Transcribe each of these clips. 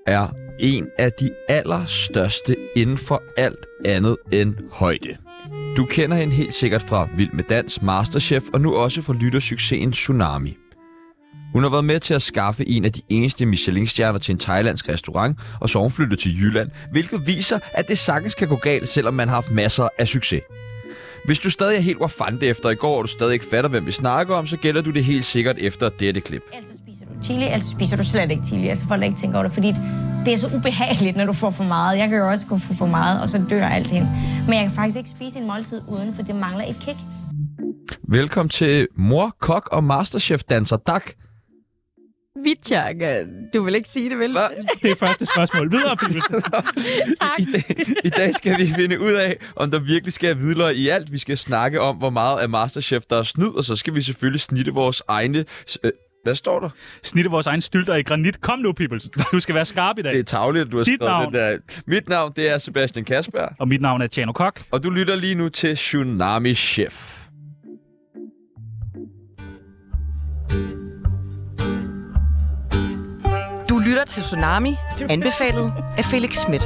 er en af de allerstørste inden for alt andet end højde. Du kender hende helt sikkert fra Vild med Dans, Masterchef og nu også fra lyttersuccesen Tsunami. Hun har været med til at skaffe en af de eneste Michelin-stjerner til en thailandsk restaurant, og så er hun flyttet til Jylland, hvilket viser, at det sagtens kan gå galt, selvom man har haft masser af succes. Hvis du stadig er helt wafande efter i går, og du stadig ikke fatter, hvem vi snakker om, så gælder du det helt sikkert efter dette klip. Altså spiser du chili, altså spiser du slet ikke chili. Altså folk ikke tænker over det, fordi det er så ubehageligt, når du får for meget. Jeg kan jo også få for meget, og så dør alt hen. Men jeg kan faktisk ikke spise en måltid uden, for det mangler et kick. Velkommen til mor, kok og masterchef-danser Dak. Vitchaga. Du vil ikke sige det, vel? Det er første spørgsmål. Videre, Pibels. I dag skal vi finde ud af, om der virkelig skal hvidløg i alt. Vi skal snakke om, hvor meget af Masterchef der er snyd, og så skal vi selvfølgelig snitte vores egne... Hvad står der? Snitte vores egen stylter i granit. Kom nu, Pibels. Du skal være skarp i dag. Det er tarveligt, at du har skrevet den der. Mit navn, det er Sebastian Kasper. Og mit navn er Tjano Kok. Og du lytter lige nu til Tsunami Chef. Du lytter til Tsunami, anbefalet af Felix Schmidt.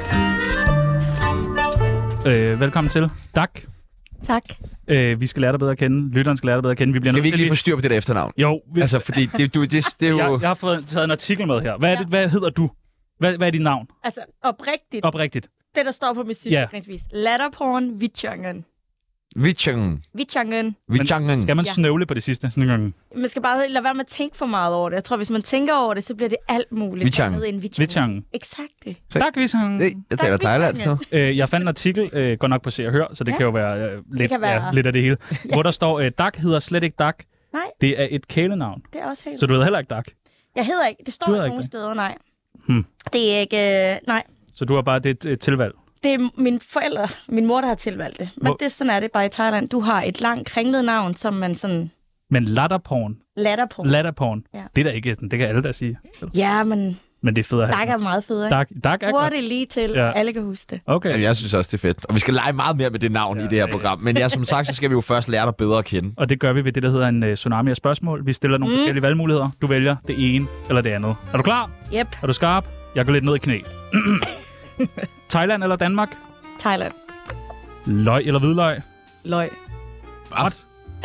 Velkommen til. Dak. Tak. Vi skal lære dig bedre at kende. Lytteren skal lære dig bedre at kende. Skal vi ikke lige få styr på det der efternavn? Jo. Altså, fordi det er jo... Jeg har fået taget en artikel med her. Hvad hedder du? Hvad er dit navn? Altså, oprigtigt. Oprigtigt. Det, der står på min sygesikringsvis. Ja. Latterporn, Vitchangen. Vitchangen. Skal man snøvle på det sidste? Man skal bare lade være med at tænke for meget over det. Jeg tror, hvis man tænker over det, så bliver det alt muligt. Vitchangen. Exakt. Tak, Vitchangen. Jeg taler thailandsk nu. Jeg fandt en artikel, går nok på Se og Hør, så det kan jo være, lidt af det hele. Hvor der står, Dak hedder slet ikke Dak. Nej. Det er et kælenavn. Det er også helt. Så du hedder heller ikke Dak? Jeg hedder ikke. Det står ikke nogen steder, nej. Det er ikke... nej. Så du har bare det tilvalg? Det er mine forældre, min mor, der har tilvalgt det. Men sådan er det bare i Thailand. Du har et langt kringlet navn, som man sådan... Men latterporn? Latterporn. Ja. Det er da ikke sådan, det kan alle da sige. Ja, men det er fedt at have. Dak er meget federe. Dak er godt. Det lige til, alle kan huske det. Okay. Jamen, jeg synes også, det er fedt. Og vi skal lege meget mere med det navn i det her program. Men som sagt, så skal vi jo først lære dig bedre at kende. Og det gør vi ved det, der hedder en tsunami af spørgsmål. Vi stiller nogle forskellige valgmuligheder. Du vælger det ene eller det andet. Er du klar? Yep. Er du skarp? Jeg går lidt ned i knæ. Thailand eller Danmark? Thailand. Løg eller hvidløg? Løg. What?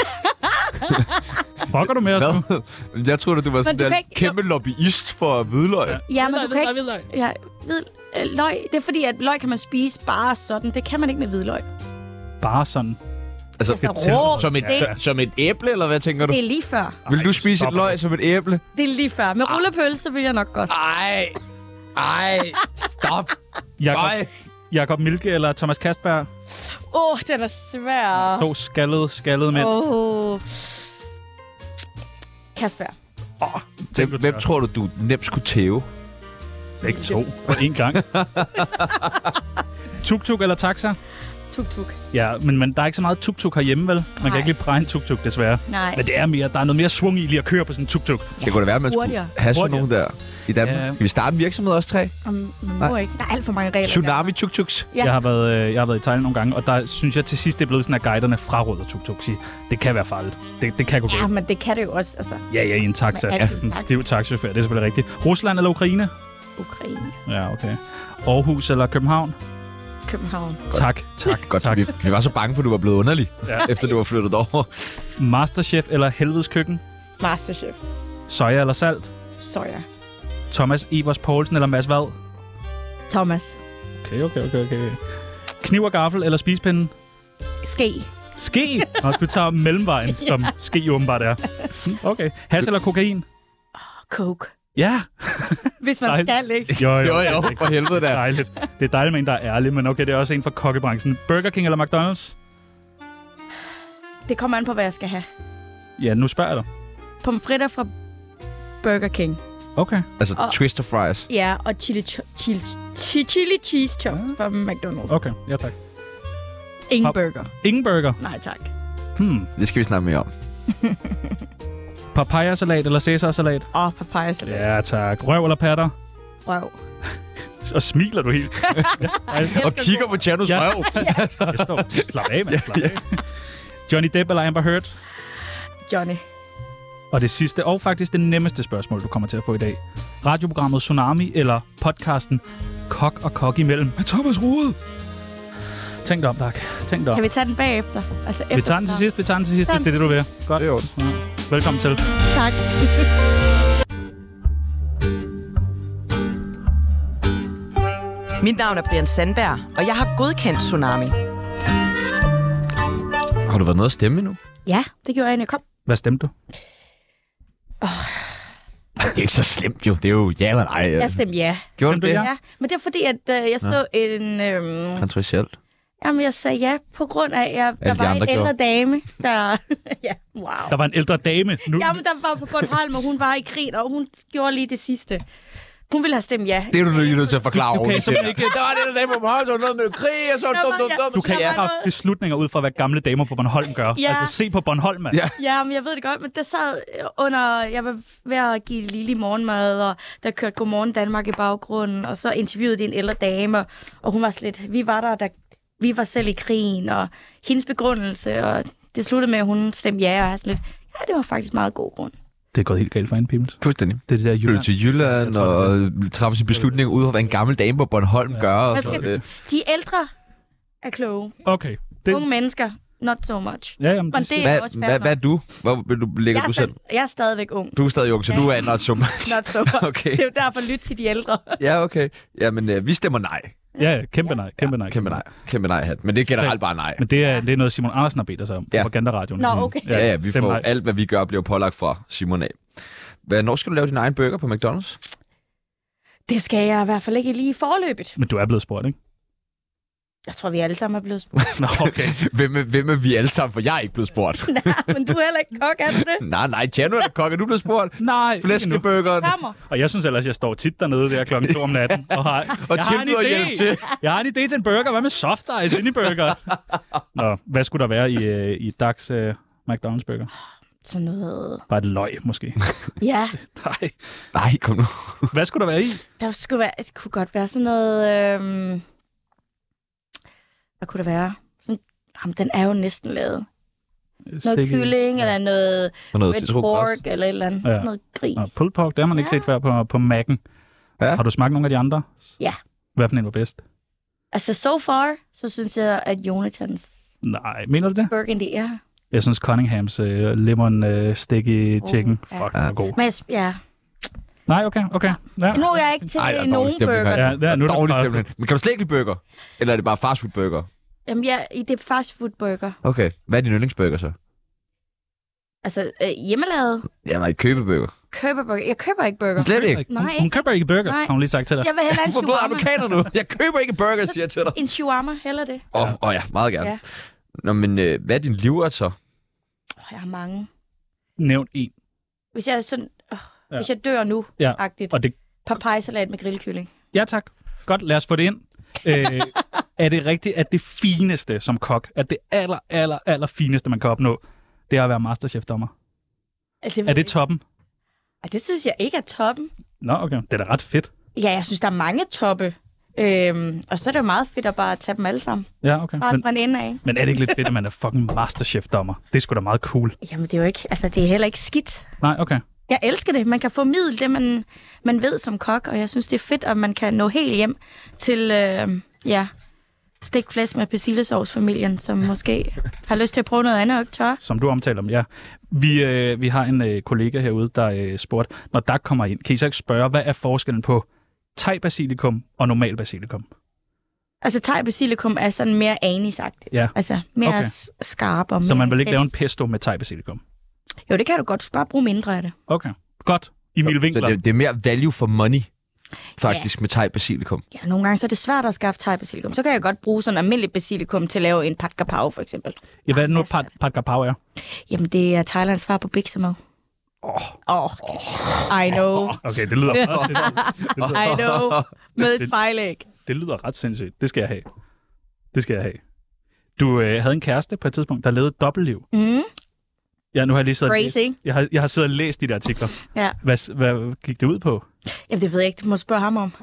Fucker du med os nu? Jeg troede, du var sådan en kæmpe lobbyist for hvidløg. Ja, men du kan ikke... Hvidløg. Ja, løg. Det er fordi, at løg kan man spise bare sådan. Det kan man ikke med hvidløg. Bare sådan? Altså, som et æble, eller hvad tænker du? Det er lige før. Vil du spise et løg som et æble? Det er lige før. Med rullepølse vil jeg nok godt. Ej, stop. Jakob Milke eller Thomas Kastberg? Den er svær. To skaldede mænd. Kastberg. Hvem tror du nemt skulle tæve? Ikke to på én gang. Tuk-tuk eller taxa? Tuk-tuk. Ja, men der er ikke så meget tuk-tuk herhjemme, vel? Man kan ikke lige præge en tuk-tuk, desværre. Nej. Men der er noget mere svung i lige at køre på sådan en tuk-tuk. Det kunne da være, at man skulle have sådan nogen der i Danmark. Ja. Skal vi starte en virksomhed også, tre? Man må ikke. Der er alt for mange regler. Tsunami tuk-tuks. Ja. Jeg har været i Thailand nogle gange, og der synes jeg til sidst, det er blevet sådan, at guiderne fraråder tuk-tuk. Det kan være farligt. Det kan gå galt. Ja, men det kan det jo også. Altså. Ja, i en taxa. Ja, sådan en stiv taxachauffør. Det er selvfølgelig rigtigt. Rusland eller Ukraine? Ukraine. Ja, okay. Aarhus eller København? København. Tak. Godt, tak. Vi var så bange for, at du var blevet underlig, efter du var flyttet over. Masterchef eller Helvedes Køkken? Masterchef. Soja eller salt? Soja. Thomas Evers Poulsen eller Mads Vad? Thomas. Okay. Kniv og gaffel eller spispinden? Ske. Og du tager mellemvejen, som ske åbenbart er. Okay. Hash eller kokain? Coke. Ja. Hvis man skal, ikke? Jo, for helvede da. Dejligt. Det er dejligt med en, der er ærlig, men okay, det er også en fra kokkebranchen. Burger King eller McDonald's? Det kommer an på, hvad jeg skal have. Ja, nu spørger jeg dig. Pomfritter fra Burger King. Okay. Altså twister fries. Ja, og chili cheese chops fra McDonald's. Okay, ja tak. Ingen burger. Ingen burger? Nej, tak. Det skal vi snakke mere om. Papayasalat eller Cæsarsalat? Papayasalat. Ja tak. Røv eller patter? Røv. Og smiler du helt. Og kigger på Chanos røv. Jeg står. Slap af, mand. Slap af. Johnny Depp eller Amber Heard? Johnny. Og det sidste, og faktisk det nemmeste spørgsmål, du kommer til at få i dag. radioprogrammet Tsunami eller podcasten Kok og Kok imellem med Thomas Rode. Tænk dig om, Dag. Tænk dig om. Kan vi tage den bagefter? Altså efter Vi tager den til sidst, hvis det er det, du vil. Godt. Det er jo. Ja. Velkommen til. Tak. Mit navn er Brian Sandberg, og jeg har godkendt Tsunami. Har du været nede at stemme endnu? Ja, det gjorde jeg, inden jeg kom. Hvad stemte du? Det er ikke så slemt jo. Det er jo ja eller nej. Jeg stemte ja. Gjorde du Stemte det? ja? Ja, men det er fordi, at jeg så en... Kontroversielt. Jamen, jeg sagde ja, på grund af, at der Alle de var en andre ældre gjorde. dame, der... ja, wow. Der var en ældre dame. Nu. Jamen, der var på Bornholm, og hun var i krig, og hun gjorde lige det sidste. Hun ville have stemt ja. Det er du lige nødt til at forklare Du kan simpelthen ikke... Der var det der på Bornholm, så var noget med krig, og så var det dumt. Du kan ikke Der var træffe noget- beslutninger ud fra, hvad gamle damer på Bornholm gør. Ja. Altså, se på Bornholm, mand. Ja. Ja, men jeg ved det godt, men der sad under... Jeg var ved at give Lille morgenmad, og der kørte Godmorgen Danmark i baggrunden, og så interviewede de en ældre dame, og hun var slet... Vi var der vi var selv i krigen, og hendes begrundelse, og det sluttede med, at hun stemte ja, og jeg sådan lidt... Ja, det var faktisk meget god grund. Det er gået helt galt for hende, Pibels. Fuldstændig. Det er det der Flytte Jylland. til Jylland Jeg tror, og træffe sin beslutning ud af, hvad en gammel dame på Bornholm gør. Og Hvad så, skal det. de ældre er kloge. Okay. Unge mennesker, not so much. Ja, jamen, Men det, det er også fair Hvad er du? Hvor ligger du selv? Jeg er stadigvæk ung. Du er stadig ung, så du er not so much. Not so much. Okay. Det er jo derfor, lyt til de ældre. Ja, okay. Jamen, vi stemmer nej. ja, kæmpe nej. Kæmpe nej. Kæmpe nej, hat. Men det er generelt bare nej. Men det er noget, Simon Andersen har bedt os om. Ja. Propagandaradioen. Nå, okay. Ja, vi stem får nej. alt, hvad vi gør, bliver pålagt fra Simon af. Når skal du lave din egen burger på McDonald's? Det skal jeg i hvert fald ikke lige forløbet. Men du er blevet spurgt, ikke? Jeg tror, vi alle sammen er blevet spurgt. Nå, okay. Hvem er vi alle sammen? For jeg er ikke blevet spurgt. Men du er heller ikke kok, er du det? nej, Tjerno er kok. Er du blevet spurgt? Nej, ikke endnu. Flæskeburgeren. Kommer. Og jeg synes ellers, jeg står tit dernede der klokken 2 om natten. Og jeg har en tilbyder hjælp idé. til. Jeg har en idé til en burger. Hvad med soft ice ind i burger? Nå, hvad skulle der være i Dags McDonald's burger? Sådan noget... Bare et løg, måske. Ja, Nej. Nej, kom nu. Hvad skulle der være i? der skulle være... Det kunne godt være sådan noget... Hvad kunne der være? Sådan... Jamen, den er jo næsten lavet. Noget kylling, eller noget Noget red citrongræs. pork, eller et eller andet. Ja. Sådan noget gris. Nå, pulled pork, det har man ikke set før på Mac'en. Ja. Har du smagt nogle af de andre? Ja. Hvad for en var bedst? Altså, so far, så synes jeg, at Jonathans Nej, mener du det? burgundy er... Jeg synes Cunninghams lemon sticky chicken, ja. fuck, den er god. Men ja, Nej, okay. Ja. nu er jeg ikke til Ej, der er nogen dårlig stemning burger. her. Ja, det er nu er der Dårlig presset. stemning. Men kan du slet ikke lide burger? Eller er det bare fastfood burger? Jamen, ja, det er fast food burger. Okay. Hvad er din yndlingsburger så? Altså, hjemmelavet Ja, nej, købeburger. køberburger. Jeg køber ikke burger. Slet ikke. Nej. Hun køber ikke burger, Nej. har hun lige sagt til dig. Jeg vil hellere en Hvorfor både shawarma. amerikaner nu? Jeg køber ikke burger, siger jeg til dig. En shawarma, heller det. Ja, meget gerne. Ja. Nå, men hvad er din livret så? Jeg har mange. Nævn en. Hvis jeg er sådan... Hvis jeg dør nu, Ja. agtigt. Og det... Papaya-salat med grillkylling. Ja, tak. Godt, lad os få det ind. Er det rigtigt, at det fineste som kok, at det aller fineste, man kan opnå, det er at være masterchef-dommer? Altså, Er det toppen? det synes jeg ikke er toppen. Nå, okay. Det er da ret fedt. Ja, jeg synes, der er mange toppe. Og så er det jo meget fedt at bare tage dem alle sammen. Ja, okay. Bare fra en ende af. Men er det ikke lidt fedt, at man er fucking masterchef-dommer? Det er sgu da meget cool. Jamen, det er jo ikke... Altså, det er heller ikke skidt. Nej, okay. Jeg elsker det. Man kan formidle det, man ved som kok, og jeg synes, det er fedt, at man kan nå helt hjem til stikflæsk med persillesovs-familien, som måske har lyst til at prøve noget andet og ikke tør. Som du omtaler om, ja. Vi har en kollega herude, der spurgte, når Dag kommer ind, kan I så ikke spørge, hvad er forskellen på thai-basilikum og normal basilikum? Altså, thai-basilikum er sådan mere anisagtigt. Ja. Altså, mere Okay. skarp og mere Så man vil ikke lave en intens. pesto med thai-basilikum? Jo, det kan du godt. Bare bruge mindre af det. Okay. Godt. Emil Så Winkler. det er mere value for money, faktisk, med thai basilikum. Ja, nogle gange så er det svært at skaffe thai-basilikum. Så kan jeg godt bruge sådan almindelig basilikum til at lave en pad kapau, for eksempel. Ja, hvad er det nu, masser. pad kapau er? Jamen, det er Thailands svar på biksemad. I know. Okay, det lyder meget sindssygt. I know. Med et spejlæg. Det lyder ret sindssygt. Det skal jeg have. Du havde en kæreste på et tidspunkt, der levede et dobbeltliv. Mm. Ja, nu har jeg lige siddet Crazy. Jeg har siddet og læst de der artikler. Ja. Hvad gik det ud på? Jamen, det ved jeg ikke. Du må spørge ham om.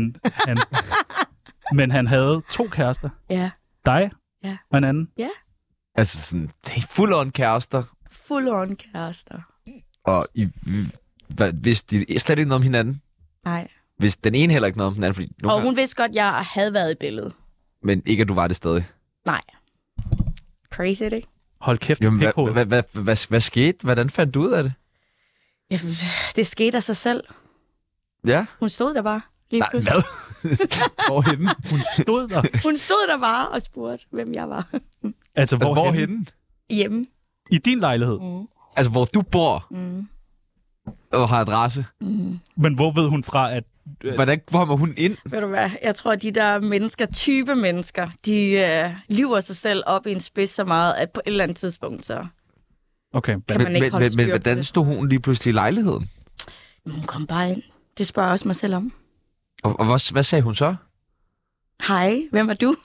Men han havde 2 kærester. Ja. Dig Ja. og en anden. Ja. Altså sådan, det er full-on kærester, Full on kærester. og vidste de slet ikke noget om hinanden? Nej. Hvis den ene heller ikke noget om den anden, fordi Og hun vidste godt, at jeg havde været i billedet. men ikke, at du var det stadig. Nej. Crazy, ikke? Hold kæft, Jamen, pikhoved. hvad skete? Hvordan fandt du ud af det? Jamen, det skete af sig selv. Ja? Hun stod der bare. Lige Nej, pludselig. hvad? Hvorhenne? Hun stod der. Hun stod der bare og spurgte, hvem jeg var. Altså, Hvorhenne? Hjemme. I din lejlighed. Altså, hvor du bor og har adresse. Men hvor ved hun fra, at... Hvordan kommer hun ind? Ved du hvad? Jeg tror, at de der mennesker, type mennesker, de lyver sig selv op i en spids så meget, at på et eller andet tidspunkt, så Okay, kan man ikke holde styr Men på hvordan det. stod hun lige pludselig i lejligheden? Hun kom bare ind. Det spørger jeg også mig selv om. Og hvad sagde hun så? Hej, hvem er du?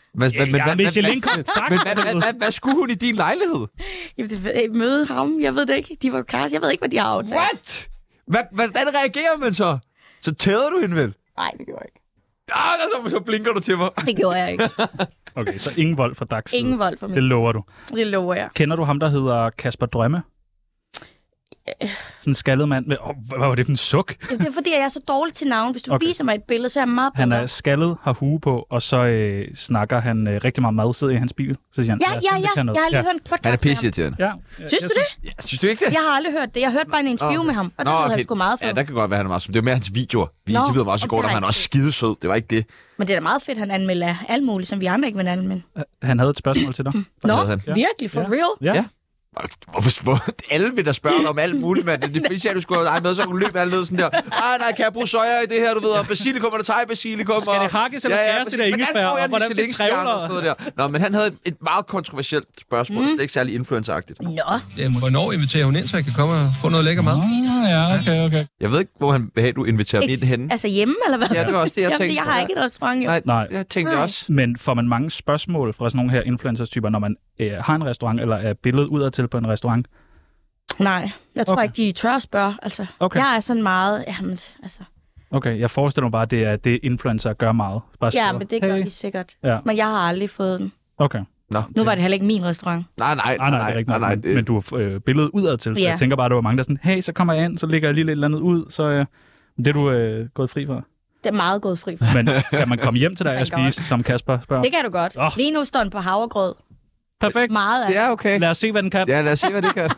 Hvad skulle hun i din lejlighed? Jamen, møde ham. Jeg ved det ikke. De var kæreste. Jeg ved ikke, hvad de har aftalt. What? Hvordan reagerer man så? Så tæder du hende vel? Nej, det gjorde jeg ikke. Så blinker du til mig. Det gjorde jeg ikke. Okay, så ingen vold fra Dags side. Ingen vold for mig. Det lover du. Det lover jeg. Kender du ham, der hedder Kasper Drømme? Sådan en skaldet mand med... hvad var det for en suk? Det er fordi, jeg er så dårlig til navn. Hvis du Okay. viser mig et billede, så er jeg meget bedre. Han er skaldet, har hue på, og så snakker han rigtig meget mad, sidder i hans bil. Så siger han, Ja. Jeg har lige hørt en podcast Han er med ham. pisseirriterende. Ja. Synes du det? Ja, synes du ikke det? Jeg har aldrig hørt det. Jeg hørte bare en interview med ham, og det havde han sgu meget for. Ja, der kan godt være, han er meget som. Det er mere hans videoer. Vi Nå, interviewede mig også i går, og det og har han er jeg også ikke skidesød. Det var ikke det. Men det er da meget fedt, han anmelder alt muligt, som vi andre ikke vil anmelde. Han havde et spørgsmål til dig. Nå, havde han? virkelig? For Ja. real? Ja. Hvorfor alle vil da spørge dig om alt muligt, mand. Det er at du skulle have med, så kunne du løbe alle ned sådan der. Nej, kan jeg bruge soja i det her, du ved, og basilikum eller thai-basilikum. Skal det hakkes eller skæres, det der ingefær, og hvordan det trævler? Og sådan noget der. Nå, men han havde et meget kontroversielt spørgsmål, så det er ikke særlig influenceragtigt. Nå. Hvornår inviterer hun ind, så jeg kan komme og få noget lækker mad? Ja, okay. Jeg ved ikke, hvor han vil have, du inviterer ham ind henne. Altså hjemme, eller hvad? Ja, det var også det, jeg tænkte. Jeg har ikke et restaurant, jo. Nej. jeg tænkte også. Men får man mange spørgsmål fra sådan nogle her influencers-typer, når man har en restaurant, eller er billedet udadtil på en restaurant? Nej, jeg tror Okay. ikke, de tør at spørge. Altså, Okay. jeg er sådan meget... Jamen, altså, Okay, jeg forestiller mig bare, at det er det, influencer gør meget. Bare ja, skriver, men det gør hey. de sikkert. Ja. Men jeg har aldrig fået den. Okay. Nå, Nu var det heller ikke min restaurant. Nej, Nej, det er ikke noget. Men du har billedet udadtil, så Ja. jeg tænker bare, at der var mange, der sådan, hey, så kommer jeg ind, så lægger jeg lige lidt eller andet ud, så det er du gået fri for. Det er meget gået fri for. Men kan man komme hjem til dig og Thank God. spise, som Kasper spørger? Det kan du godt. Åh. Lige nu står den på havregrød. Perfekt. Meget af Det er okay. Lad os se, hvad den kan. Ja, lad os se, hvad det kan.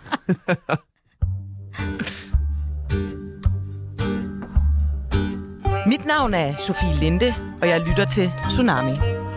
Mit navn er Sofie Linde, og jeg lytter til Tsunami.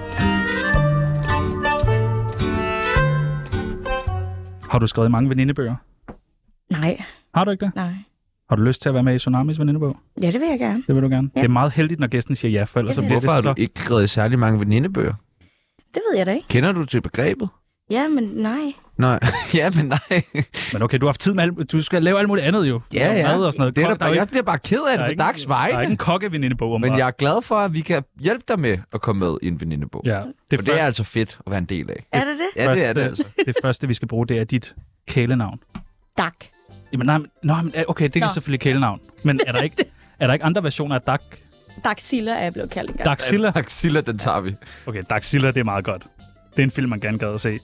Har du skrevet mange venindebøger? Nej, Har du ikke det? nej. Har du lyst til at være med i Tsunamis venindebog? Ja, det vil jeg gerne. Det vil du gerne. Ja. Det er meget heldigt, når gæsten siger ja, for ellers så Ja. bliver Hvorfor har det du så... ikke skrevet særlig mange venindebøger? Det ved jeg da ikke. Kender du til begrebet? Ja, men nej. Nej. Ja, men nej. Men okay, du har haft tid med alt... Du skal lave alt muligt andet jo. Ja. Mad og sådan noget. Det er Der der er jo jeg ikke- bliver bare ked af der er det på ikke- dags Der er ikke vegne. en kokkevenindebog. Men jeg er glad for, at vi kan hjælpe dig med at komme med i en venindebog. Ja, Og det er altså fedt at være en del af. Er det det? Ja, det er det altså. Det første, vi skal bruge, det er dit kælenavn. Dak. Jamen, nej, men okay, det er Nå. selvfølgelig kælenavn. Men er der ikke andre versioner af Dak? Daxilla er jeg blevet kaldt engang. Daxilla? Axilla, den tager vi. Okay, Daxilla, det er meget godt. Det er en film, man gerne gad at se.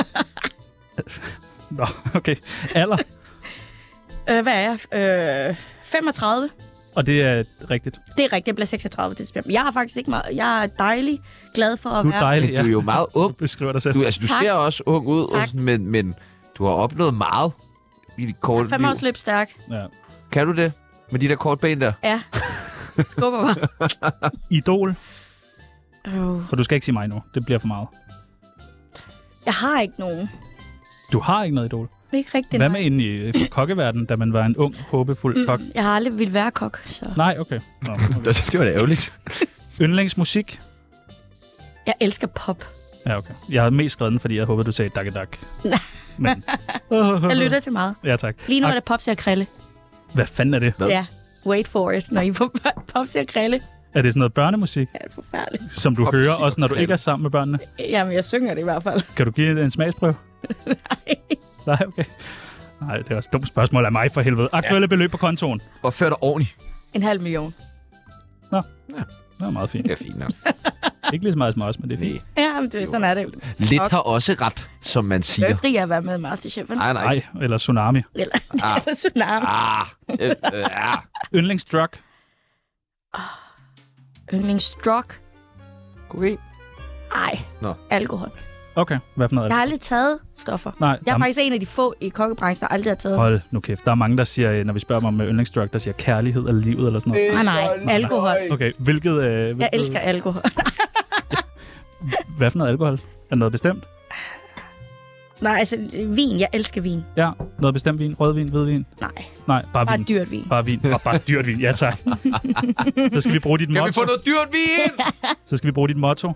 Nå, okay. Alder? Hvad er jeg? 35. Og det er rigtigt. Det er rigtigt, jeg bliver 36 til september. Jeg har faktisk ikke meget... Jeg er dejlig glad for at Du er være... dejlig, Men du er jo meget ung. Beskriver dig selv. Du Tak. ser også ung ud, og Tak. sådan, men du har opnået meget i dit korte 5 liv. års løb stærk. Ja. Kan du det? Med de der korte ben der? Ja. Skubber mig. Idol? Oh. For du skal ikke sige mig nu. Det bliver for meget. Jeg har ikke nogen. Du har ikke noget idol. Ikke rigtigt. Hvad nej. med inde i kokkeverdenen, da man var en ung, håbefuld kok? Jeg har aldrig ville være kok, så... Nej, okay. Nå, okay. Det var da ærgerligt. Yndlingsmusik? Jeg elsker pop. Ja, okay. Jeg havde mest skrevet den, fordi jeg håbede, du sagde dak. Men... Jeg lytter til meget. Ja, tak. Lige nu er det pop ser krille. Hvad fanden er det? Hvad? Ja. Wait for it, når I på pop ser krille. Er det sådan noget børnemusik, Ja, det er forfærdeligt. som du Pop, hører, musik også når og du ikke er sammen med børnene? Jamen, jeg synger det i hvert fald. Kan du give en smagsprøve? Nej. Nej, okay. Nej, det er også et dumt spørgsmål af mig for helvede. Aktuelle beløb på kontoen? Og før dig ordentligt. 500.000. Det er meget fint. Det er fint nok. Ikke lige så meget som os, men det er fint. Ja, men sådan er det jo. Lidt har også ret, som man Jeg er siger. ikke rig at være med i Masterchef. Nej. Nej, eller tsunami. Eller, eller tsunami. Ja. Yndlingsdrug? Yndlingsdrug? Kokain? Ej, Nå. alkohol. Okay, hvad for noget? Jeg har aldrig taget stoffer. Nej, Jeg er faktisk en af de få i kokkebranchen, der aldrig har taget. Hold nu kæft. Der er mange, der siger, når vi spørger dem om yndlingsdrug, der siger kærlighed eller livet eller sådan noget. Nej, alkohol. Okay, hvilket... Jeg elsker alkohol. Hvad for noget alkohol? Er det noget bestemt? Nej, altså vin. Jeg elsker vin. Ja, noget bestemt vin. Rødvin, hvidvin? Nej, Nej, bare bare vin. dyrt vin. Bare vin. Bare dyrt vin. Ja, tak. Så skal vi bruge dit Kan vi motto. få noget dyrt vin? Så skal vi bruge dit motto.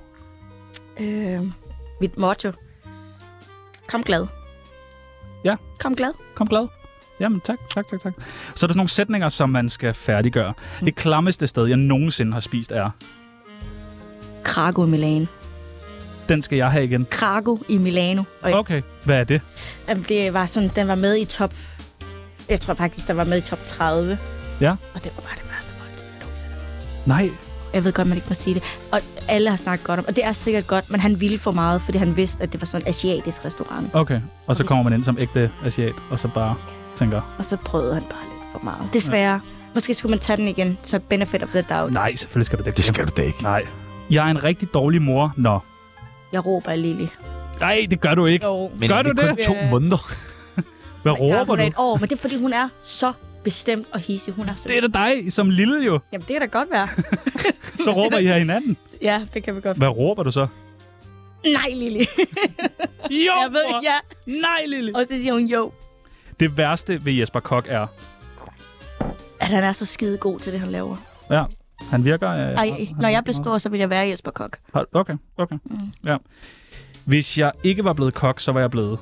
Mit motto. Kom glad. Ja. Kom glad. Kom glad. Jamen, tak. Så er der sådan nogle sætninger, som man skal færdiggøre. Det klammeste sted, jeg nogensinde har spist, er... Krago i Milano. Den skal jeg have igen. Krago i Milano. Okay, hvad er det? Jamen, det var sådan, den var med i top... Jeg tror faktisk, den var med i top 30. Ja. Og det var bare det værste måltid, jeg nogensinde har fået. Nej. Jeg ved godt, man ikke må sige det. Og alle har snakket godt om, og det er sikkert godt, men han ville for meget, fordi han vidste, at det var sådan en asiatisk restaurant. Okay, og så kommer man ind som ægte asiat, og så bare tænker... Og så prøvede han bare lidt for meget. Desværre. Måske skulle man tage den igen, så benefit of the doubt. Nej, selvfølgelig skal du det ikke. Det skal du da ikke. Nej. Jeg er en rigtig dårlig mor, når... Jeg råber af Lili. Nej, det gør du ikke. Jo. Men Gør det du er kun det? 2 måneder. Hvad Ja, råber hun er du? et år, men det er fordi, hun er så bestemt og hissig. Hun er så... Det er da dig, som lille jo. Jamen, det kan da godt være. Så råber I her hinanden. Ja, det kan vi godt. Hvad råber du så? Nej, Lili. Jo, Jeg ved, mor. ja. Nej, lille. Og så siger hun jo. Det værste ved Jesper Kok er... At han er så skide god til det, han laver. Ja, han virker... Ej, når jeg bliver stor, så vil jeg være Jesper Kok. Okay. Ja. Hvis jeg ikke var blevet kok, så var jeg blevet...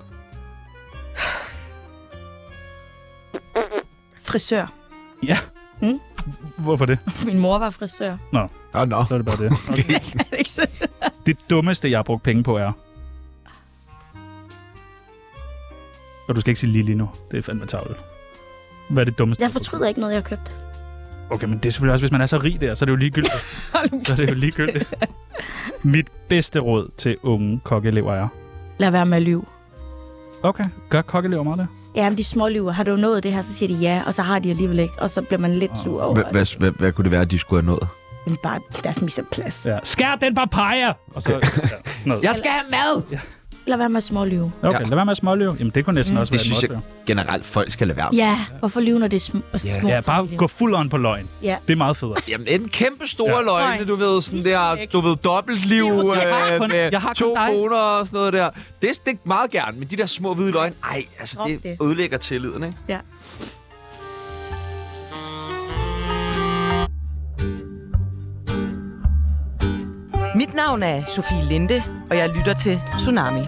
Frisør. Ja. Mm. Hvorfor det? Min mor var frisør. Nå. Så er det bare det. Okay. Er det ikke så? Det dummeste, jeg har brugt penge på, er... Og du skal ikke sige lige nu. Det er fandme tavlet. Hvad er det dummeste? Jeg fortryder ikke noget, jeg har købt. Okay, men det er selvfølgelig også, hvis man er så rig der, så er det jo ligegyldigt. Mit bedste råd til unge kokkeelever er... Lad være med at lyve. Okay, gør kokkeelever meget det? Ja, men de små lyver. Har du nået det her, så siger de ja, og så har de alligevel ikke. Og så bliver man lidt sur over Hvad kunne det være, at de skulle have nået? Men bare deres mise-plads. Ja. Skær den papaya! Og så, ja, sådan noget. Jeg skal have mad! Ja. Lad være med at smålyve. Okay, lad være med at smålyve. Jamen, det kunne næsten også Det være synes et jeg motto. generelt, folk skal lade være med. Ja, hvorfor lyve, når det er små Ja, bare gå fuld on på løgn. Ja. Det er meget federe. Jamen, en kæmpe store Ja. løgne, du ved, sådan der, dobbeltliv Jeg har med 2 kun dig. koner og sådan noget der. Det er stik meget gerne, men de der små hvide løgne, ej, altså Drop det det. ødelægger tilliden, ikke? Ja. Mit navn er Sofie Linde, og jeg lytter til Tsunami.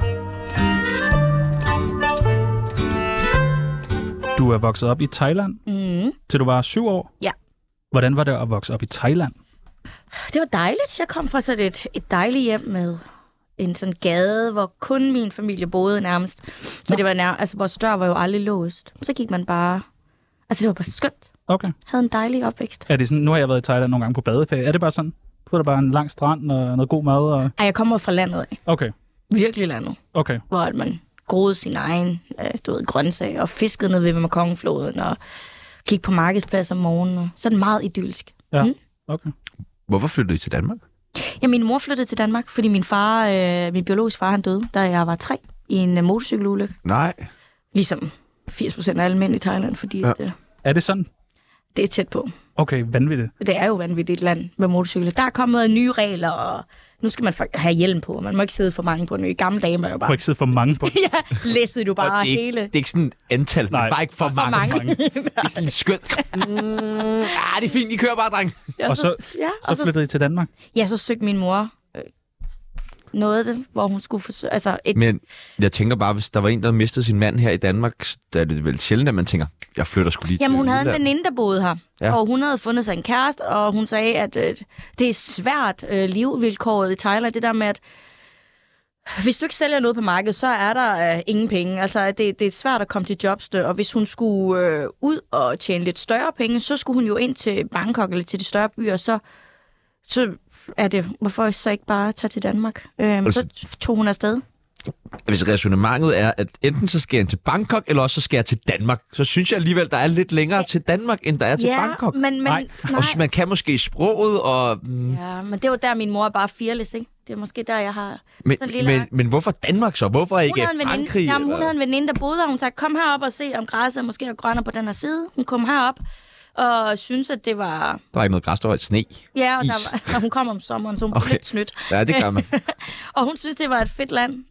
Du er vokset op i Thailand, til du var 7 år. Ja. Hvordan var det at vokse op i Thailand? Det var dejligt. Jeg kom fra sådan et dejligt hjem med en sådan gade, hvor kun min familie boede nærmest. Så det var altså vores dør var jo aldrig låst. Så gik man bare... Altså, det var bare skønt. Okay. Havde en dejlig opvækst. Er det sådan, nu har jeg været i Thailand nogle gange på badeferie. Er det bare sådan? Så er der bare en lang strand og noget god mad? Og... Ej, jeg kommer fra landet af. Okay. Virkelig landet. Okay. Hvor man groede sin egen grøntsager og fiskede ned ved Mekongfloden og gik på markedsplads om morgenen. Og så er det meget idyllisk. Ja. Okay. Hvorfor flyttede I til Danmark? Ja, min mor flyttede til Danmark, fordi min biologiske far, han døde, da jeg var 3 i en motorcykelulykke. Nej. Ligesom 80% af alle mænd i Thailand, fordi Ja. Er det sådan? det er tæt på. Okay, vanvittigt. Det er jo vanvittigt et land med motorcykler. Der er kommet nye regler, og nu skal man have hjelm på, og man må ikke sidde for mange på den. I gamle dage var jo Du bare... må ikke sidde for mange på. Ja, læssede du Og bare det er, ikke, hele... det er ikke sådan et antal, Nej. men bare ikke for mange. Det er sådan skønt. Det er fint, vi kører bare, dreng. Ja, Og så flyttede I til Danmark? Ja, så søgte min mor noget af det, hvor hun skulle forsøge... Altså Men jeg tænker bare, hvis der var en, der mistede sin mand her i Danmark, så er det vel sjældent, at man tænker, jeg flytter sgu lige til Jamen, hun havde en udlandet. veninde, der boede her, Ja. og hun havde fundet sig en kæreste, og hun sagde, at det er svært livvilkåret i Thailand, det der med, at hvis du ikke sælger noget på markedet, så er der ingen penge. Altså, det er svært at komme til jobs, og hvis hun skulle ud og tjene lidt større penge, så skulle hun jo ind til Bangkok eller til de større byer, så er det, hvorfor så ikke bare tage til Danmark? Så tog hun afsted. hvis resonemanget er, at enten så skal jeg til Bangkok, eller også så skal jeg til Danmark, så synes jeg alligevel, der er lidt længere til Danmark, end der er til Bangkok. Nej. Og man kan måske sproget, og... Ja, men det var der, min mor er bare fearless, ikke? Det er måske der, jeg har sådan en lille... Men hvorfor Danmark så? Hvorfor ikke Frankrig? Jamen, hun havde en veninde, der boede der. Hun sagde, kom herop og se, om græsset måske er grønnere på den her side. Hun kom herop og synes at det var... Der var ikke noget græs, der var et sne. Ja, og når hun kom om sommeren, så hun blev lidt snydt. Ja, det gør man. Og hun synes, det var et fedt land.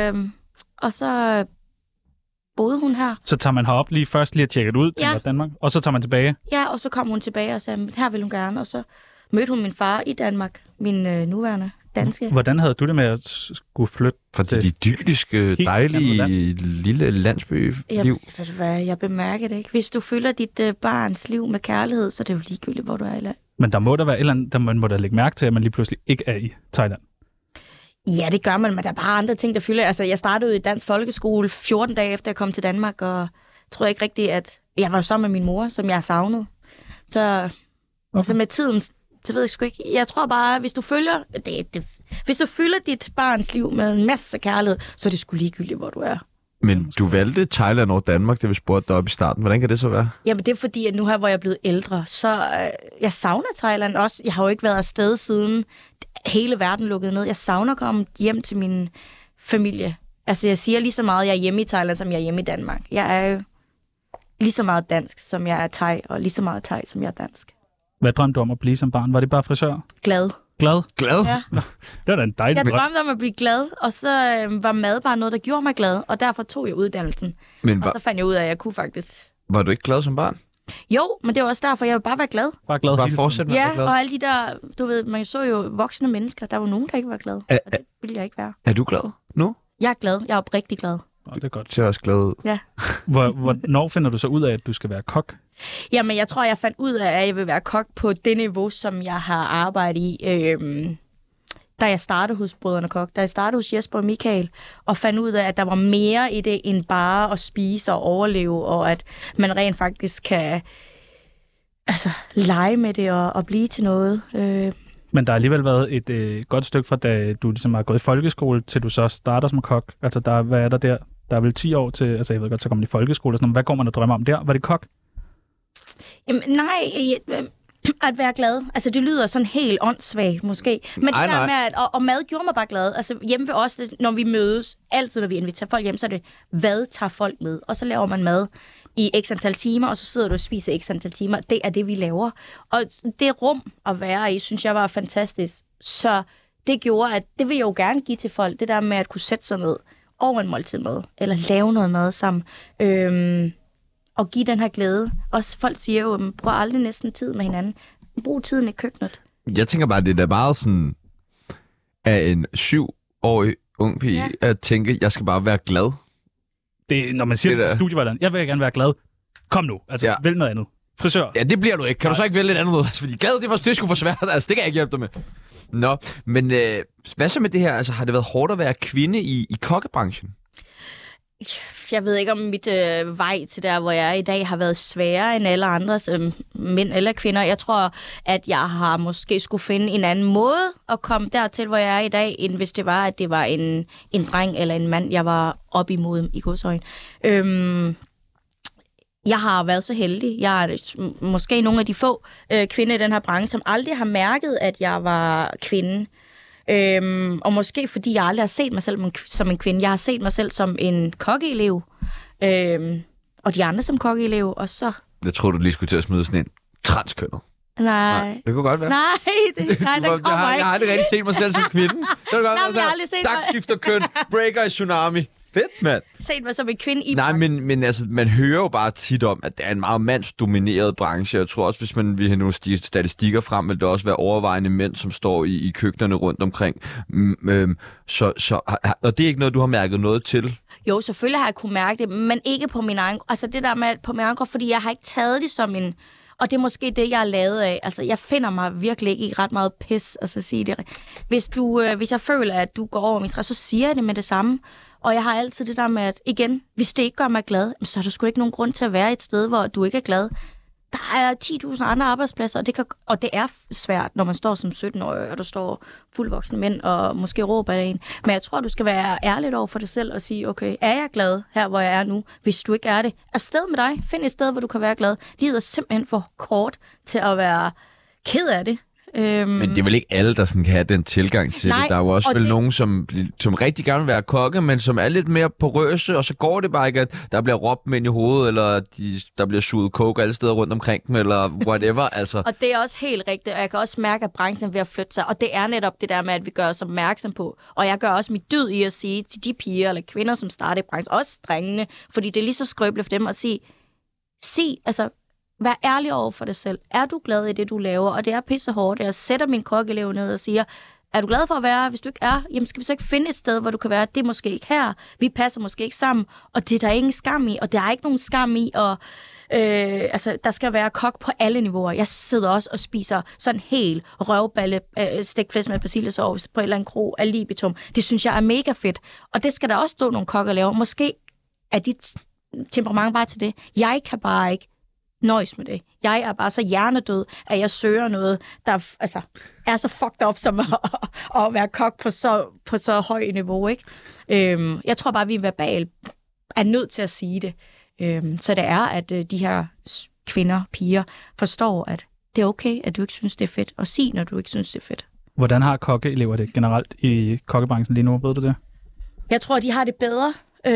Og så boede hun her. Så tager man herop lige at tjekke det ud til Danmark, og så tager man tilbage? Ja, og så kom hun tilbage og sagde, her vil hun gerne. Og så mødte hun min far i Danmark, min nuværende danske. Hvordan havde du det med at skulle flytte? For det idylliske, dejlige, lille landsby-liv. Ved du hvad, jeg bemærker det ikke. Hvis du fylder dit barns liv med kærlighed, så er det jo ligegyldigt, hvor du er i land. Men der må der være et eller andet, der man må da lægge mærke til, at man lige pludselig ikke er i Thailand. Ja, det gør man, men der er bare andre ting, der fylder. Altså, jeg startede i dansk folkeskole 14 dage efter jeg kom til Danmark, og tror ikke rigtigt, at jeg var sammen med min mor, som jeg savnede. Så altså med tiden, så ved jeg sgu ikke. Jeg tror bare, hvis du følger hvis du fylder dit barns liv med en masse kærlighed, så er det sgu ligegyldigt, hvor du er. Men du valgte Thailand over Danmark, det vi spurgte dig op i starten. Hvordan kan det så være? Jamen, det er fordi, at nu her, hvor jeg er blevet ældre, så jeg savner Thailand også. Jeg har jo ikke været afsted siden hele verden lukkede ned. Jeg savner at komme hjem til min familie. Altså, jeg siger lige så meget, at jeg er hjemme i Thailand, som jeg er hjemme i Danmark. Jeg er jo lige så meget dansk, som jeg er thai, og lige så meget thai, som jeg er dansk. Hvad drømte du om at blive som barn? Var det bare frisør? Glad. Glad? Ja. Det var da en dejlig Jeg drømte om at blive glad, og så var mad bare noget, der gjorde mig glad, og derfor tog jeg uddannelsen. Og så fandt jeg ud af, at jeg kunne faktisk... Var du ikke glad som barn? Jo, men det var også derfor, jeg ville bare være glad. Bare fortsæt med at være glad. Ja, og alle de der, du ved, man så jo voksne mennesker, der var nogen, der ikke var glade. Og det ville jeg ikke være. Er du glad nu? Jeg er glad. Jeg er oprigtig glad. Det er godt. Det ser også glad ud. Ja. Hvornår finder du så ud af, at du skal være kok? Jamen, jeg tror, jeg fandt ud af, at jeg vil være kok på det niveau, som jeg har arbejdet i, da jeg startede hos Brødrene Kok. Da jeg startede hos Jesper og Michael, og fandt ud af, at der var mere i det, end bare at spise og overleve, og at man rent faktisk kan lege med det og blive til noget. Men der har alligevel været et godt stykke fra, da du ligesom har gået i folkeskole, til du så starter som kok. Altså, hvad er der der? Der er vel 10 år til, altså jeg ved godt, så kommer man i folkeskole og sådan noget. Hvad går man og drømmer om der? Var det kok? Jamen, nej, at være glad. Altså, det lyder sådan helt åndssvagt, måske. Men det der med, og mad gjorde mig bare glad. Altså, hjemme ved os, når vi mødes, altid når vi inviterer folk hjem, så er det, hvad tager folk med? Og så laver man mad i x antal timer, og så sidder du og spiser x antal timer. Det er det, vi laver. Og det rum at være i, synes jeg var fantastisk. Så det gjorde, at det vil jeg jo gerne give til folk. Det der med at kunne sætte sig ned over en måltid mad, eller lave noget mad sammen. Og give den her glæde. Også folk siger jo, brug aldrig næsten tid med hinanden. Brug tiden i køkkenet. Jeg tænker bare, det er meget sådan, af en 7-årig ung pige, at tænke, jeg skal bare være glad. Det, når man siger det til studievejlederen, jeg vil gerne være glad. Kom nu, vælg noget andet. Frisør. Ja, det bliver du ikke. Kan du så ikke vælge et andet noget? Altså, fordi glad, det skulle for svært. Altså, det kan jeg ikke hjælpe dig med. Nå, men hvad så med det her? Altså, har det været hårdt at være kvinde i kokkebranchen? Jeg ved ikke, om mit vej til der, hvor jeg er i dag, har været sværere end alle andres mænd eller kvinder. Jeg tror, at jeg har måske skulle finde en anden måde at komme dertil, hvor jeg er i dag, end hvis det var, at det var en dreng eller en mand, jeg var op imod i godsøjne. Jeg har været så heldig. Jeg er måske nogle af de få kvinder i den her branche, som aldrig har mærket, at jeg var kvinde. Og måske fordi jeg aldrig har set mig selv som en kvinde. Jeg har set mig selv som en kokkeelev. Og de andre som kokkeelev. Og så... Jeg tror du lige skulle til at smide sådan en transkønnet. Nej. Det kunne godt være. Nej, den kommer ikke. Jeg har aldrig rigtig set mig selv som kvinde. Det kunne godt være sådan, dagskifter køn, breaker i tsunami. Fedt, mand. Set mig som en kvinde i branchen. Nej, men altså, man hører jo bare tit om, at det er en meget mandsdomineret branche. Jeg tror også, hvis man vil have nogle statistikker frem, vil det også være overvejende mænd, som står i køkkenerne rundt omkring. Og det er ikke noget, du har mærket noget til? Jo, selvfølgelig har jeg kunne mærke det, men ikke på min egen... Altså det der med på min egen krop, fordi jeg har ikke taget det som en... Og det er måske det, jeg er lavet af. Altså, jeg finder mig virkelig ikke i ret meget pis, altså sige det. Hvis jeg føler, at du går over min træ, så siger jeg det med det samme. Og jeg har altid det der med, at igen, hvis det ikke gør mig glad, så er der sgu ikke nogen grund til at være et sted, hvor du ikke er glad. der er 10.000 andre arbejdspladser, og det er svært, når man står som 17-årig, og der står fuldvoksne mænd og måske råber af en. Men jeg tror, du skal være ærlig over for dig selv og sige, okay, er jeg glad her, hvor jeg er nu? Hvis du ikke er det, afsted med dig. Find et sted, hvor du kan være glad. Livet er simpelthen for kort til at være ked af det. Men det er vel ikke alle, der sådan kan have den tilgang til det. Der er jo også vel nogen, som rigtig gerne vil være kokke, men som er lidt mere porøse, og så går det bare ikke, at der bliver råbt med ind i hovedet, eller der bliver suget coke alle steder rundt omkring dem, eller whatever. Altså. Og det er også helt rigtigt, og jeg kan også mærke, at branchen er ved at flytte sig, og det er netop det der med, at vi gør os opmærksom på. Og jeg gør også mit dyd i at sige til de piger eller kvinder, som starter i branchen, også drengene, fordi det er lige så skrøbeligt for dem at sige, altså, vær ærlig over for dig selv. Er du glad i det, du laver? Og det er pisse hårdt. Jeg sætter min kokkeelev ned og siger, er du glad for at være? Hvis du ikke er, jamen skal vi så ikke finde et sted, hvor du kan være? Det er måske ikke her. Vi passer måske ikke sammen. Og det er der ingen skam i. Og der er ikke nogen skam i. Og der skal være kok på alle niveauer. Jeg sidder også og spiser sådan helt røvballe, stegt flæsk med persillesovs på et eller andet krog af libitum. Det synes jeg er mega fedt. Og det skal der også stå nogle kokker lave. Måske er dit temperament bare til det. Jeg kan bare ikke nøjes med det. Jeg er bare så hjernedød, at jeg søger noget, der er så fucked up som at være kok på så højt niveau, ikke? Jeg tror bare, vi verbalt er nødt til at sige det. Så det er, at de her kvinder, piger, forstår, at det er okay, at du ikke synes, det er fedt, og sig, når du ikke synes, det er fedt. Hvordan har kokkeelever det generelt i kokkebranchen lige nu? Ved du det? Jeg tror, de har det bedre.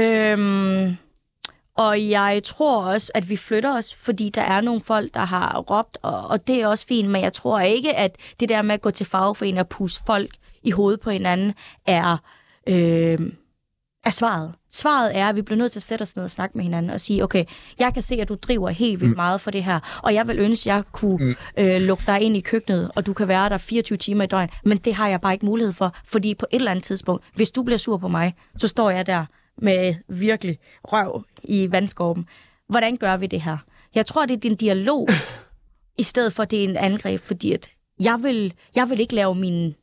Og jeg tror også, at vi flytter os, fordi der er nogle folk, der har råbt, og det er også fint, men jeg tror ikke, at det der med at gå til fagforening og pusse folk i hovedet på hinanden er svaret. Svaret er, at vi bliver nødt til at sætte os ned og snakke med hinanden og sige, okay, jeg kan se, at du driver helt vildt meget for det her, og jeg vil ønske, at jeg kunne lukke dig ind i køkkenet, og du kan være der 24 timer i døgn, men det har jeg bare ikke mulighed for, fordi på et eller andet tidspunkt, hvis du bliver sur på mig, så står jeg der med virkelig røv i vandskorben. Hvordan gør vi det her? Jeg tror, det er din dialog, i stedet for, det er en angreb, fordi at jeg vil ikke lave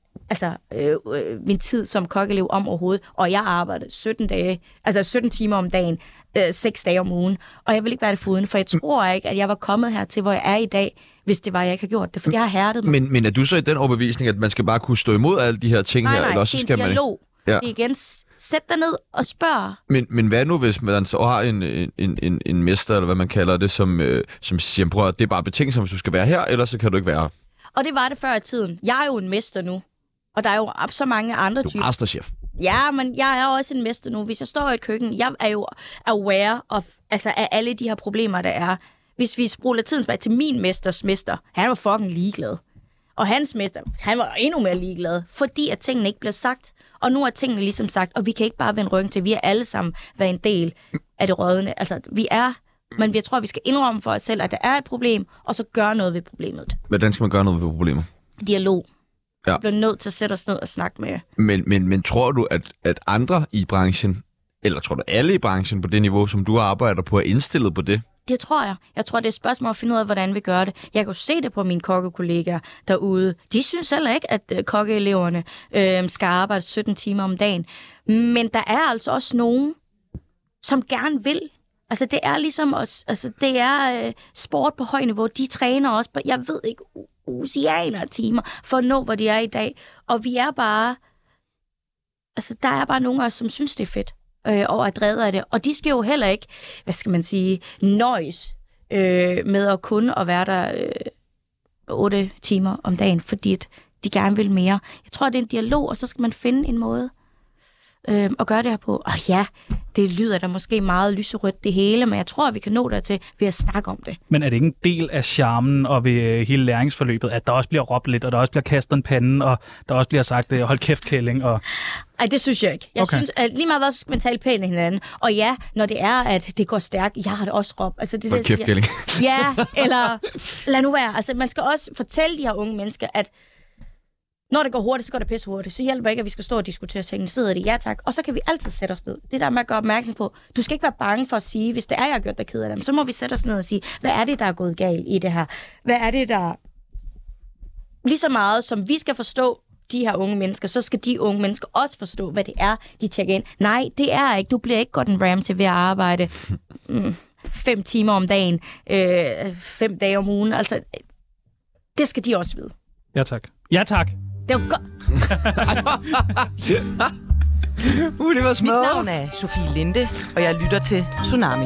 min tid som kokkeelev om overhovedet, og jeg arbejder 17 timer om dagen, 6 dage om ugen, og jeg vil ikke være det foruden, for jeg tror ikke, at jeg var kommet her til, hvor jeg er i dag, hvis det var, jeg ikke har gjort det, for jeg har hærdet mig. Men er du så i den overbevisning, at man skal bare kunne stå imod alle de her ting her? Nej, eller også det er skal en dialog. Ja. Det er igen, sæt dig ned og spørg. Men hvad nu, hvis man så har en mester, eller hvad man kalder det, som siger, prøv at det er bare betingelser, hvis du skal være her, ellers så kan du ikke være her. Og det var det før i tiden. Jeg er jo en mester nu, og der er jo så mange andre typer. Du er masterchef. Ja, men jeg er også en mester nu. Hvis jeg står i et køkken, jeg er jo aware af alle de her problemer, der er. Hvis vi spoler tiden tilbage til min mesters mester, han var fucking ligeglad. Og hans mester, han var endnu mere ligeglad, fordi at tingene ikke blev sagt. Og nu er tingene ligesom sagt, og vi kan ikke bare vende ryggen til. Vi er alle sammen været en del af det rådne. Altså, men jeg tror, vi skal indrømme for os selv, at der er et problem, og så gøre noget ved problemet. Hvordan skal man gøre noget ved problemet? Dialog. Ja. Vi bliver nødt til at sætte os ned og snakke med. Men tror du, at andre i branchen, eller tror du alle i branchen på det niveau, som du arbejder på, er indstillet på det? Det tror jeg. Jeg tror, det er et spørgsmål at finde ud af, hvordan vi gør det. Jeg kan jo se det på mine kokkekollegaer derude. De synes heller ikke, at kokkeeleverne skal arbejde 17 timer om dagen. Men der er altså også nogen, som gerne vil. Altså, det er ligesom os. Altså, det er sport på højt niveau. De træner også på, jeg ved ikke, oceaner af timer for at nå, hvor de er i dag. Og vi er bare... Altså, der er bare nogle af os, som synes, det er fedt. Og er drevet af det. Og de skal jo heller ikke, nøjes med at kunne at være der 8 timer om dagen, fordi at de gerne vil mere. Jeg tror, det er en dialog, og så skal man finde en måde at gøre det her på. Og ja, det lyder da måske meget lyserødt det hele, men jeg tror, at vi kan nå dertil ved at snakke om det. Men er det ikke en del af charmen og ved hele læringsforløbet, at der også bliver råbt lidt, og der også bliver kastet en pande, og der også bliver sagt, hold kæft, kælling, og... Ej, det synes jeg ikke. Jeg synes, at lige meget også skal man tale pænt af hinanden. Og ja, når det er, at det går stærkt, jeg har det også råbt. Altså, det hold kæft, kælling. Ja, eller lad nu være. Altså, man skal også fortælle de her unge mennesker, at når det går hurtigt, så går det pisse hurtigt. Så hjælper ikke, at vi skal stå og diskutere tingene. Sidder det, ja tak. Og så kan vi altid sætte os ned. Det der med at gøre opmærksom på, du skal ikke være bange for at sige, hvis det er, jeg har gjort dig ked af dem, så må vi sætte os ned og sige, hvad er det, der er gået galt i det her? Hvad er det, der... Lige så meget, som vi skal forstå de her unge mennesker, så skal de unge mennesker også forstå, hvad det er, de tjekker ind. Nej, det er ikke. Du bliver ikke Gordon Ramsay ved at arbejde 5 timer om dagen, 5 dage om ugen. Altså, det skal de også vide. Ja, tak. Ja, tak. Det er jo godt. Det var Mit smadret. navn er Sofie Linde, og jeg lytter til Tsunami.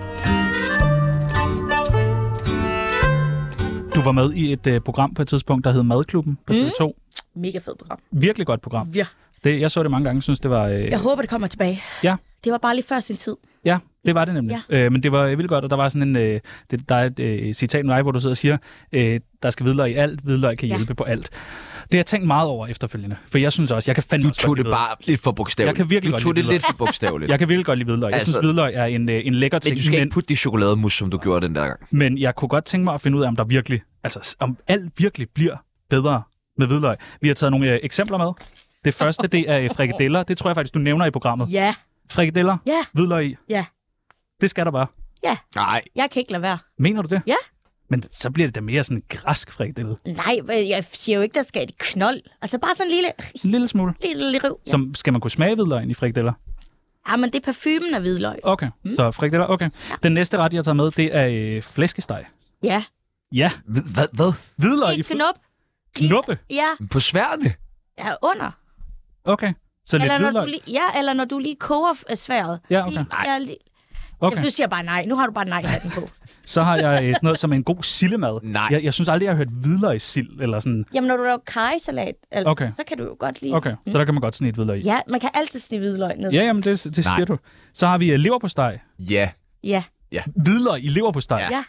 Du var med i et program på et tidspunkt, der hed Madklubben på TV2. Mega fed program. Virkelig godt program. Ja. Jeg så det mange gange, synes det var... Jeg håber, det kommer tilbage. Ja. Det var bare lige før sin tid. Ja, det var det nemlig. Ja. Men det var vildt godt, og der var sådan en... der er et citat med dig, hvor du sidder og siger, der skal hvidløg i alt, hvidløg kan hjælpe på alt. Det har jeg tænkt meget over efterfølgende, for jeg synes også, jeg kan fandme... Du tog det bare lidt for bogstaveligt. Jeg kan virkelig du godt tog lide det lidt for bogstaveligt. Jeg kan virkelig godt lide hvidløg. Jeg synes, hvidløg er en lækker ting. Men du skal ikke putte det i chokolademus, som du gjorde den der gang. Men jeg kunne godt tænke mig at finde ud af, om der virkelig... Altså, om alt virkelig bliver bedre med hvidløg. Vi har taget nogle eksempler med. Det første, det er frikadeller. Det tror jeg faktisk, du nævner i programmet. Ja. Frikadeller? Ja. Hvidløg i? Ja. Det skal der bare. Ja. Nej. Jeg kan ikke lade være. Mener du det? Ja. Men så bliver det da mere sådan en græsk frikadelle. Nej, jeg siger jo ikke, der skal et knold. Altså bare sådan en En lille smule. lille riv. Ja. Som skal man kunne smage hvidløgn i frikadeller? Ja, men det er parfumen af hvidløg. Okay, så frikadeller, okay. Ja. Den næste ret, jeg har taget med, det er flæskesteg. Ja. Ja. Hvad? Hvidløg i Knop. knuppe? Ja. På sværene? Ja, under. Okay, så lidt Eller når, hvidløg. du lige, eller når du lige koger sværet. Ja, okay. Okay. Du siger bare nej. Nu har du bare nej-hatten på. Så har jeg sådan noget som en god sillemad. Nej. Jeg synes aldrig, jeg har hørt hvidløgssild eller sådan. Jamen, når du laver karrysalat, Okay. så kan du jo godt lide... Okay, så der kan man godt snige et hvidløg i. Ja, man kan altid snige hvidløg ned. Ja, jamen det siger du. Så har vi leverpostej. Ja. Ja. Hvidløg i leverpostej? Ja.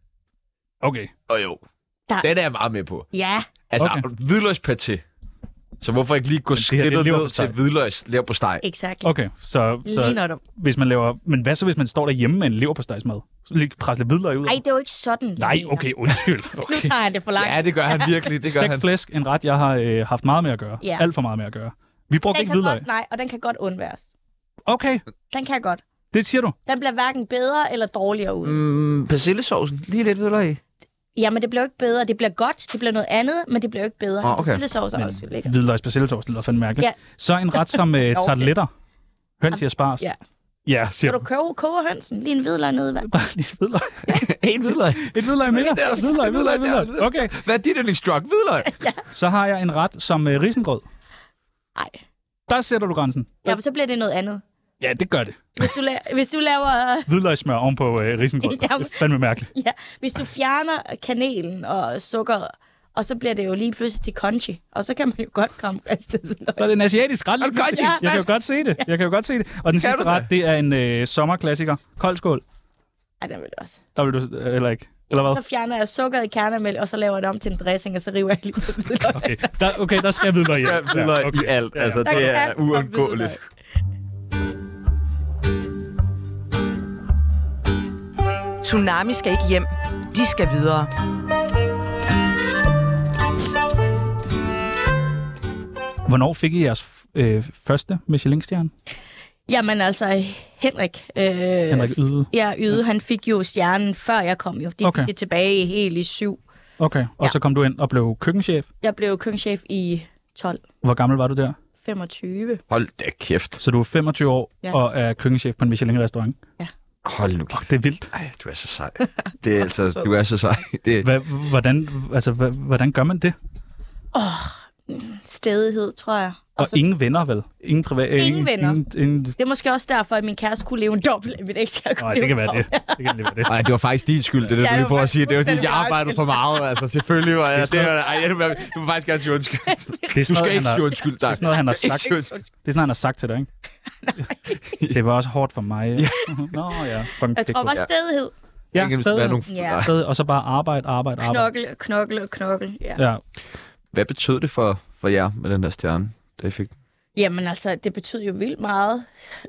Okay. Jo. Der- Den er jeg meget med på. Ja. Altså, Okay. hvidløgspaté. Så hvorfor ikke lige gå her, det er skridtet ned leverpostej. til hvidløgs leverpostej? Exakt. Okay, så Lige når du... hvis man laver... Men hvad så, hvis man står derhjemme med en leverpostejsmad? Så lige presse lidt hvidløg ud? Ej, det er jo ikke sådan. Nej, okay, undskyld. Nu Okay. tager jeg det for langt. Ja, det gør han virkelig. Det gør Stegt han. flæsk, en ret, jeg har haft meget med at gøre. Ja. Alt for meget med at gøre. Vi brugte Den ikke kan hvidløg. godt, nej, og den kan godt undværes. Okay, Den kan godt. det siger du. Den bliver hverken bedre eller dårligere ud. Persillesaucen. Lige lidt hvidløg i. Jamen, det bliver jo ikke bedre. Det bliver godt, det bliver noget andet, men det bliver jo ikke bedre. Okay. Persillesauce er også lækker. Hvidløgs persillesauce, det lyder fandme mærkeligt. Ja. Så en ret som tarteletter. Høns i asparges. Ja. Ja, siger Skal du. du koge hønsen? Lige en hvidløg nede i vand. Bare lige hvidløg. En hvidløg. Et hvidløg mere. Hvidløg. Okay. Hvad er dit yndlingsdrug? Hvidløg? Så har jeg en ret som risengrød. Nej. Der sætter du grænsen. Ja, men så bliver det noget andet. Ja, det gør det. Hvis du laver... Hvidløgssmør ovenpå risengrød. Jamen. Det er fandme mærkeligt. Ja, hvis du fjerner kanelen og sukker, og så bliver det jo lige pludselig til crunchy. Og så kan man jo godt komme ristet hvidløg. Så er det en asiatisk ret. Er du godt, Jeg kan jo godt se det. Jeg kan jo godt se det. Og den sidste du det? ret, det er en sommerklassiker. Kold skål. Ej, den vil jeg også. Der vil du heller ikke. Eller hvad? Så fjerner jeg sukkeret i kernamælk, og så laver jeg det om til en dressing, og så river jeg lige på hvidløg. Okay, der skal hvidløg i. Hvidløg okay. i alt. Altså, Der det kan er godt uundgåeligt. Tsunami skal ikke hjem. De skal videre. Hvornår fik I jeres første Michelin-stjerne? Jamen altså, Henrik Yde. Ja, Yde, han fik jo stjernen, før jeg kom jo. De Okay. fik det tilbage helt i 7. Okay, og så kom du ind og blev køkkenchef. Jeg blev køkkenchef i 12. Hvor gammel var du der? 25. Hold da kæft. Så du er 25 år Ja. og er køkkenchef på en Michelin-restaurant. Hold nu kæft. Det er vildt. Ej, du er så sej. Det er altså, du er så sej. Det, Hvordan gør man det? Stædighed, tror jeg. Og så, ingen venner, vel? Ingen private... Ingen venner. Ingen... det er måske også derfor, at min kæreste kunne leve en dobbelt af mit ekstra. Nej, det kan være det. Det kan være det. Nej, det var faktisk din skyld, det er det, Ja, du det lige var prøver at faktisk sige. Det var fordi, jeg fuldstændig arbejdede for meget. Altså, selvfølgelig var jeg... Du må faktisk gerne sige undskyld. Det er Du sådan skal noget, ikke han sige har, undskyld, det er dig. sådan noget, han har sagt. Ikke Det er sådan noget, han har sagt til dig, ikke? Det var også hårdt for mig. Nå ja. Jeg tror bare stædighed. Ja, Det kan stadig. være nogle... Ja. Nej. Stadig, og så bare arbejde. Knokle. Ja. Ja. Hvad betød det for jer med den der stjerne, da I fik den? Jamen altså, det betød jo vildt meget.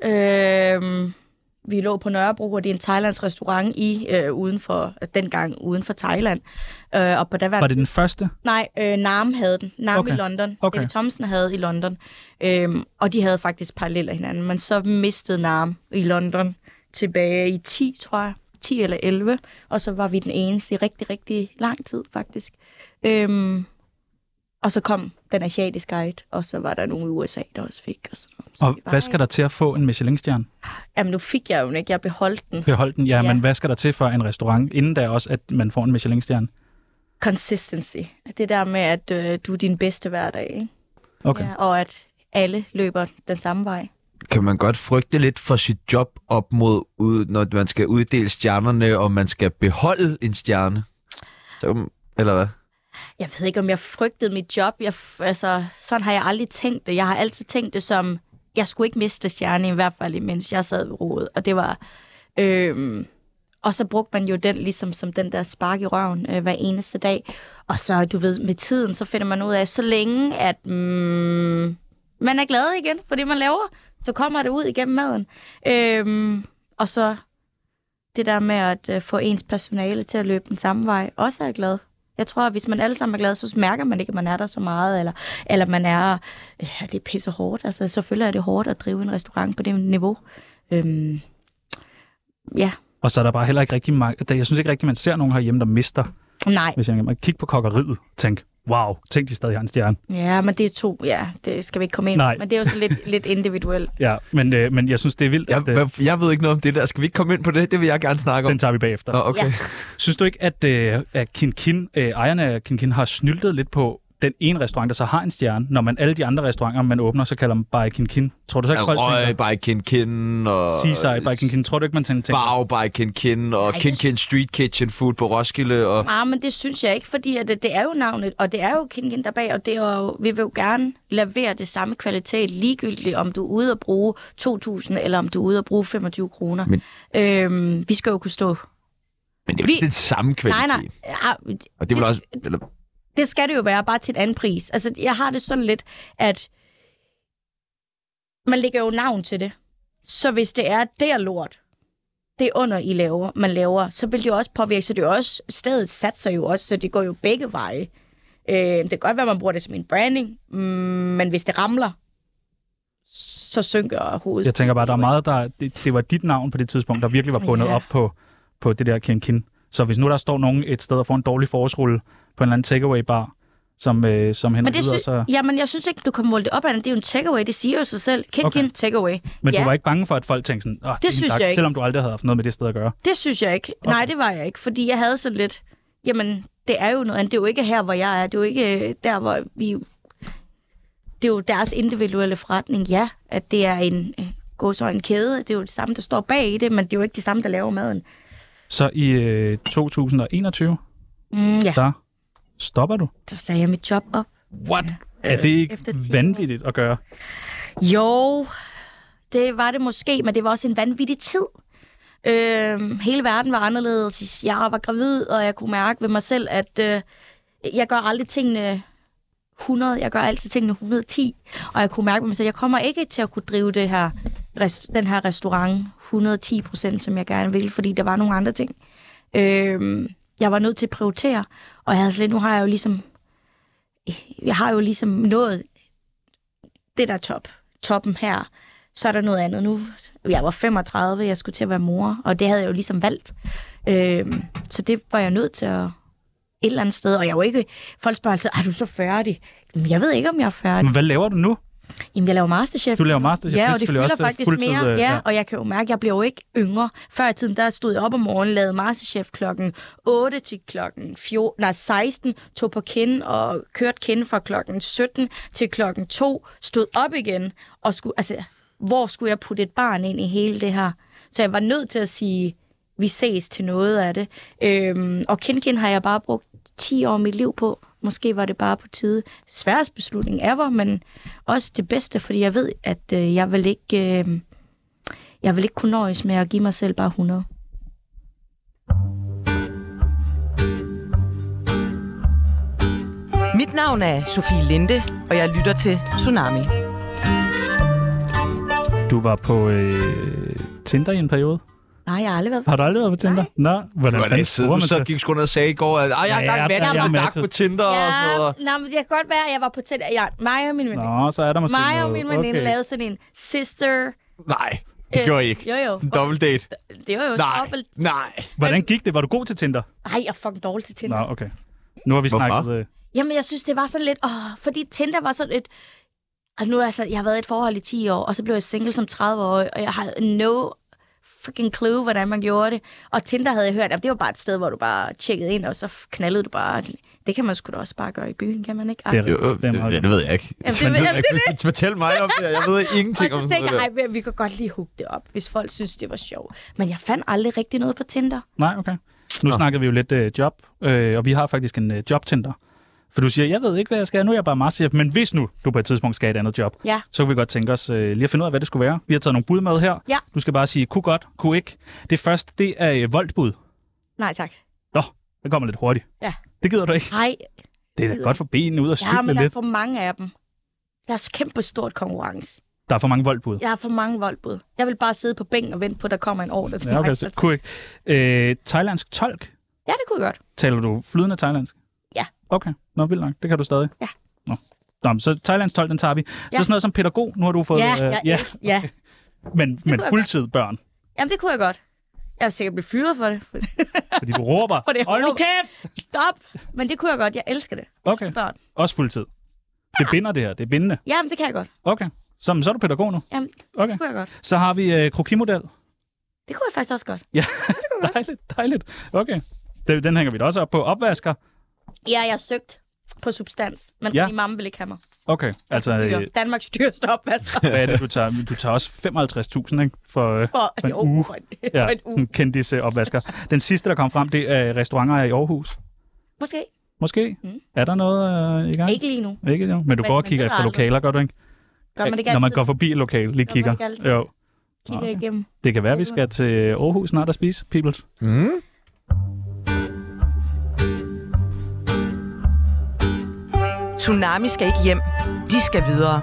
Vi lå på Nørrebro, og det er en thailandsk restaurant dengang uden for Thailand. Og på Var det den første? Nej, Nam havde den. Nam Okay. i London. Okay. Eddie Thomsen havde i London. Og de havde faktisk parallelt af hinanden. Men så mistede Nam i London tilbage i 10, tror jeg. 10 eller 11. Og så var vi den eneste i rigtig, rigtig lang tid, faktisk. Og så kom den asiatiske guide, og så var der nogle i USA, der også fik. Og hvad skal der til at få en Michelin-stjerne? Jamen, nu fik jeg jo ikke. Jeg beholdt den. Beholdt den, ja, men hvad skal der til for en restaurant, inden da også, at man får en Michelin-stjerne? Consistency. Det der med, at du er din bedste hver dag, ikke? Okay. Ja, og at alle løber den samme vej. Kan man godt frygte lidt for sit job op mod, når man skal uddele stjernerne, og man skal beholde en stjerne? Så, eller hvad? Jeg ved ikke, om jeg frygtede mit job. Sådan har jeg aldrig tænkt det. Jeg har altid tænkt det som, jeg skulle ikke miste stjerne, i hvert fald mens jeg sad ved rodet. Og det var... og så brugte man jo den ligesom som den der spark i røven hver eneste dag. Og så, du ved, med tiden, så finder man ud af, så længe at man er glad igen for det, man laver, så kommer det ud igennem maden. Og så det der med at få ens personale til at løbe den samme vej, også er glad. Jeg tror, at hvis man alle sammen er glad, så mærker man ikke, at man er der så meget, eller man er... det er pisse hårdt. Altså, selvfølgelig er det hårdt at drive en restaurant på det niveau. Ja. Og så er der bare heller ikke rigtig mange... Jeg synes ikke rigtig, man ser nogen herhjemme, der mister. Nej. Hvis man kigger på kokkeriet, tænk, wow, tænk, de stadig har en stjerne. Ja, men det er to... Ja, det skal vi ikke komme ind. Nej. Men det er jo så lidt individuelt. Ja, men jeg synes, det er vildt. Jeg ved ikke noget om det der. Skal vi ikke komme ind på det? Det vil jeg gerne snakke om. Den tager vi bagefter. Okay. Ja. Synes du ikke, at Kin, ejerne af Kin har snyltet lidt på den ene restaurant, der så har en stjerne, når man alle de andre restauranter, man åbner, så kalder man bare Kin? Tror du så ikke, folk tænker... by Kin og... Seaside by Kin. Tror du ikke, man tænker... Bao by Kin og Kin Street Kitchen Food på Roskilde og... Men det synes jeg ikke, fordi at det er jo navnet, og det er jo Kin der bag, og det er jo, vi vil jo gerne levere det samme kvalitet, ligegyldigt om du er ude at bruge 2.000, eller om du er ude at bruge 25 kroner. Men... vi skal jo kunne stå... Men det er jo ikke den samme kvalitet. Nej. Og det vil også... Eller... Det skal det jo være, bare til en anden pris. Altså, jeg har det sådan lidt, at man lægger jo navn til det. Så hvis det er lort, det under man laver, så vil det jo også påvirke, så det er jo også, stedet satser jo også, så det går jo begge veje. Det kan godt være, at man bruger det som en branding, men hvis det ramler, så synker hovedet. Jeg tænker bare, der er meget, det var dit navn på det tidspunkt, der virkelig var bundet op på det der Kin. Så hvis nu der står nogen et sted og får en dårlig forårsrulle på en eller anden takeaway-bar, som henter videre, så... Jamen, jeg synes ikke, du kan måle det op af det. Det er jo en takeaway, det siger jo sig selv. Kin, takeaway. Men du var ikke bange for, at folk tænkte sådan, det synes jeg ikke. Selvom du aldrig havde haft noget med det sted at gøre? Det synes jeg ikke. Okay. Nej, det var jeg ikke, fordi jeg havde sådan lidt... Jamen, det er jo noget andet. Det er jo ikke her, hvor jeg er. Det er jo ikke der, hvor vi... Det er jo deres individuelle forretning, ja. At det er en kæde. Det er jo det samme, der står bag i det, men det er jo ikke det samme, der laver maden. Så i 2021, der stopper du? Så sagde jeg mit job op. What? Er det ikke vanvittigt at gøre? Jo, det var det måske, men det var også en vanvittig tid. Hele verden var anderledes. Jeg var gravid, og jeg kunne mærke ved mig selv, at jeg gør aldrig tingene 100, jeg gør altid tingene 110. Og jeg kunne mærke ved mig selv, at jeg kommer ikke til at kunne drive den her restaurant 110%, som jeg gerne ville, fordi der var nogle andre ting. Jeg var nødt til at prioritere, og jeg havde slet, nu har jeg jo ligesom nået det der toppen her. Så er der noget andet nu. Jeg var 35, jeg skulle til at være mor, og det havde jeg jo ligesom valgt. Så det var jeg nødt til at et eller andet sted, og jeg var ikke... Folk spørger altid, er du så færdig? Men jeg ved ikke, om jeg er færdig. Men hvad laver du nu? Jamen, jeg laver Masterchef. Du laver Masterchef? Ja, og det fylder faktisk mere. Ja, og jeg kan jo mærke, at jeg bliver jo ikke yngre. Før i tiden, der stod jeg op om morgenen, lavede Masterchef klokken 8 til klokken 16, tog på Kin og kørte Kin fra klokken 17 til klokken 2, stod op igen, og hvor skulle jeg putte et barn ind i hele det her? Så jeg var nødt til at sige, vi ses til noget af det. Og Kin har jeg bare brugt 10 år af mit liv på. Måske var det bare på tide. Sværest beslutning ever, men også det bedste, fordi jeg ved, at jeg vil ikke kunne nøjes med at give mig selv bare 100. Mit navn er Sofie Linde, og jeg lytter til Tsunami. Du var på Tinder i en periode? Nej, jeg har aldrig været på. Har du aldrig været på Tinder? Nå, hvordan fanden du så gik sgu ned og sagde i går, at jeg er matchet på Tinder og sådan noget. Nej, men det kan godt være, at jeg var på Tinder. Mig og min veninde. Nå, så er der måske mig og min veninde lavede sådan en sister... Nej, det gjorde jeg ikke. Jo. En double date. Det var jo dobbelt. Nej. Hvordan gik det? Var du god til Tinder? Nej, jeg er fucking dårlig til Tinder. Nå, okay. Nu har vi snakket... Jamen, jeg synes, det var sådan lidt... fordi Tinder var sådan lidt... Og nu jeg har været i et forhold i 10 år, og så blev jeg single som 30-årig, og jeg havde no freaking clue, hvordan man gjorde det. Og Tinder havde jeg hørt, at det var bare et sted, hvor du bare tjekkede ind, og så knaldede du bare. Det kan man sgu da også bare gøre i byen, kan man ikke? Det ved jeg ikke. Fortæl mig om det, jeg ved ingenting om det. Og så tænker jeg, vi kan godt lige hooke det op, hvis folk synes, det var sjovt. Men jeg fandt aldrig rigtig noget på Tinder. Nej, okay. Nu snakkede vi jo lidt job, og vi har faktisk en jobtinder. For du siger, jeg ved ikke, hvad jeg skal. Nu er jeg bare masterchef. Men hvis nu du på et tidspunkt skal have et andet job, så kan vi godt tænke os lige at finde ud af, hvad det skulle være. Vi har taget nogle bud med her. Ja. Du skal bare sige, kunne godt, kunne ikke. Det første, det er voldbud. Nej, tak. Nå, det kommer lidt hurtigt. Ja. Det gider du ikke? Nej. Det er da godt for benene ud og cykle lidt. Ja, men der er for mange af dem. Der er kæmpe stort konkurrence. Der er for mange voldbud. Jeg har for mange voldbud. Jeg vil bare sidde på bænken og vente på, at der kommer en ordre til Ja, okay, mig. så kunne ikke. Thailandsk tolk? Ja, det kunne jeg godt. Taler du flydende thailandsk? Ja. Okay, vildt langt. Det kan du stadig? Ja. Nå, så thailandsk tolk, den tager vi. Så sådan noget som pædagog, nu har du fået... Ja. Men fuldtid børn? Jamen, det kunne jeg godt. Jeg vil sikkert blive fyret for det. Fordi du råber, hold nu kæft! Stop! Men det kunne jeg godt. Jeg elsker det. Okay. Børn. Også fuldtid. Det binder det her. Det er bindende. Jamen, det kan jeg godt. Okay. Så er du pædagog nu? Jamen, okay. Det kunne jeg godt. Så har vi krokimodel. Det kunne jeg faktisk også godt. Ja, dejligt. Okay. Den hænger vi da også op på. Opvasker. Ja, jeg har søgt på substans, men min mamma vil ikke have mig. Okay, altså... Danmarks dyreste opvasker. Hvad er det, du tager? Du tager også 55.000, ikke? For en uge. For en uge. Sådan en kendis opvasker. Den sidste, der kom frem, det er restauranter i Aarhus. Måske. Er der noget i gang? Ikke lige nu. Ikke nu, men du går og kigger efter lokaler, gør du ikke? Gør man det ikke altid? Når man går forbi et lokale, lige kigger. Jo. Kigger igennem. Det kan være, at vi skal til Aarhus snart og spise, peoples. Tsunami skal ikke hjem. De skal videre.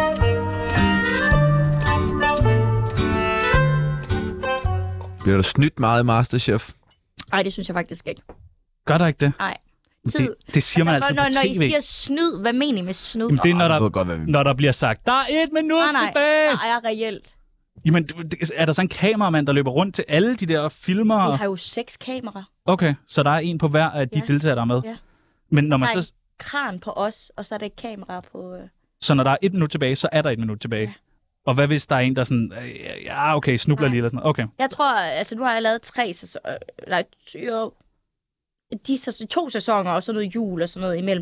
Bliver der snydt meget i MasterChef? Nej, det synes jeg faktisk ikke. Gør der ikke det? Nej. Det siger man altså på når tv. I siger snyd, hvad mener I med snyd? Jamen, det er, når der bliver sagt, der er 1 minut tilbage. Nej, er reelt. Jamen, er der sådan en kameramand, der løber rundt til alle de der filmer? Vi har jo 6 kameraer. Okay, så der er en på hver af de deltagere, der er med? Ja. Men når man der er så... en kran på os, og så er der et kamera på... Så når der er 1 minut tilbage, så er der 1 minut tilbage? Ja. Og hvad hvis der er en, der sådan... okay, snubler lige eller sådan okay. Jeg tror, nu har jeg lavet 3 sæsoner... De 2 sæsoner, og så noget jul og sådan noget imellem.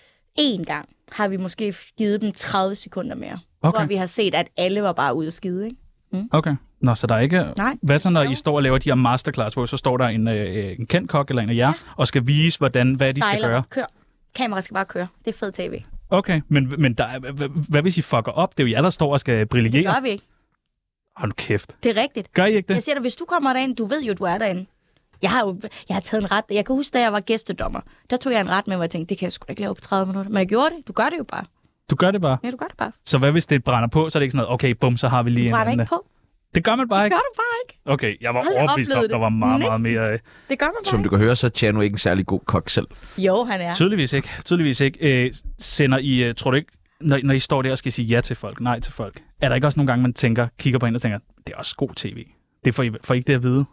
1 gang har vi måske givet dem 30 sekunder mere. Okay. Hvor vi har set, at alle var bare ude at skide, ikke? Okay. Nå, så der er ikke... Nej. Hvad så, når I står og laver de her masterclass, hvor så står der en kendt kok eller en af jer, og skal vise, hvad de skal gøre? Kør. Kameraet skal bare køre. Det er fed tv. Okay, men der, hvad hvis I fucker op? Det er jo jer, der står og skal brillere. Det gør vi ikke. Hold nu kæft. Det er rigtigt. Gør I ikke det? Jeg siger dig, hvis du kommer derind, du ved jo, du er derinde. Jeg har taget en ret. Jeg kan huske, da jeg var gæstedommer, der tog jeg en ret med, hvor jeg tænkte, det kan jeg sgu da ikke lave på 30 minutter. Men jeg gjorde det. Du gør det jo bare. Du gør det bare? Ja, du gør det bare. Så hvad hvis det brænder på, så er det ikke sådan noget, okay, bum, så har vi lige en... Du brænder ikke på. Det gør man bare ikke? Det gør du bare ikke. Okay, jeg var overbevist om, der var meget mere... Det gør man bare Som du kan høre, så er Tjerno ikke en særlig god kok selv. Jo, han er. Tydeligvis ikke. Sender I, tror du ikke, når I står der og skal sige ja til folk, nej til folk, er der ikke også nogle gange, man kigger på en og tænker, det er også god tv? Det får I ikke det at vide?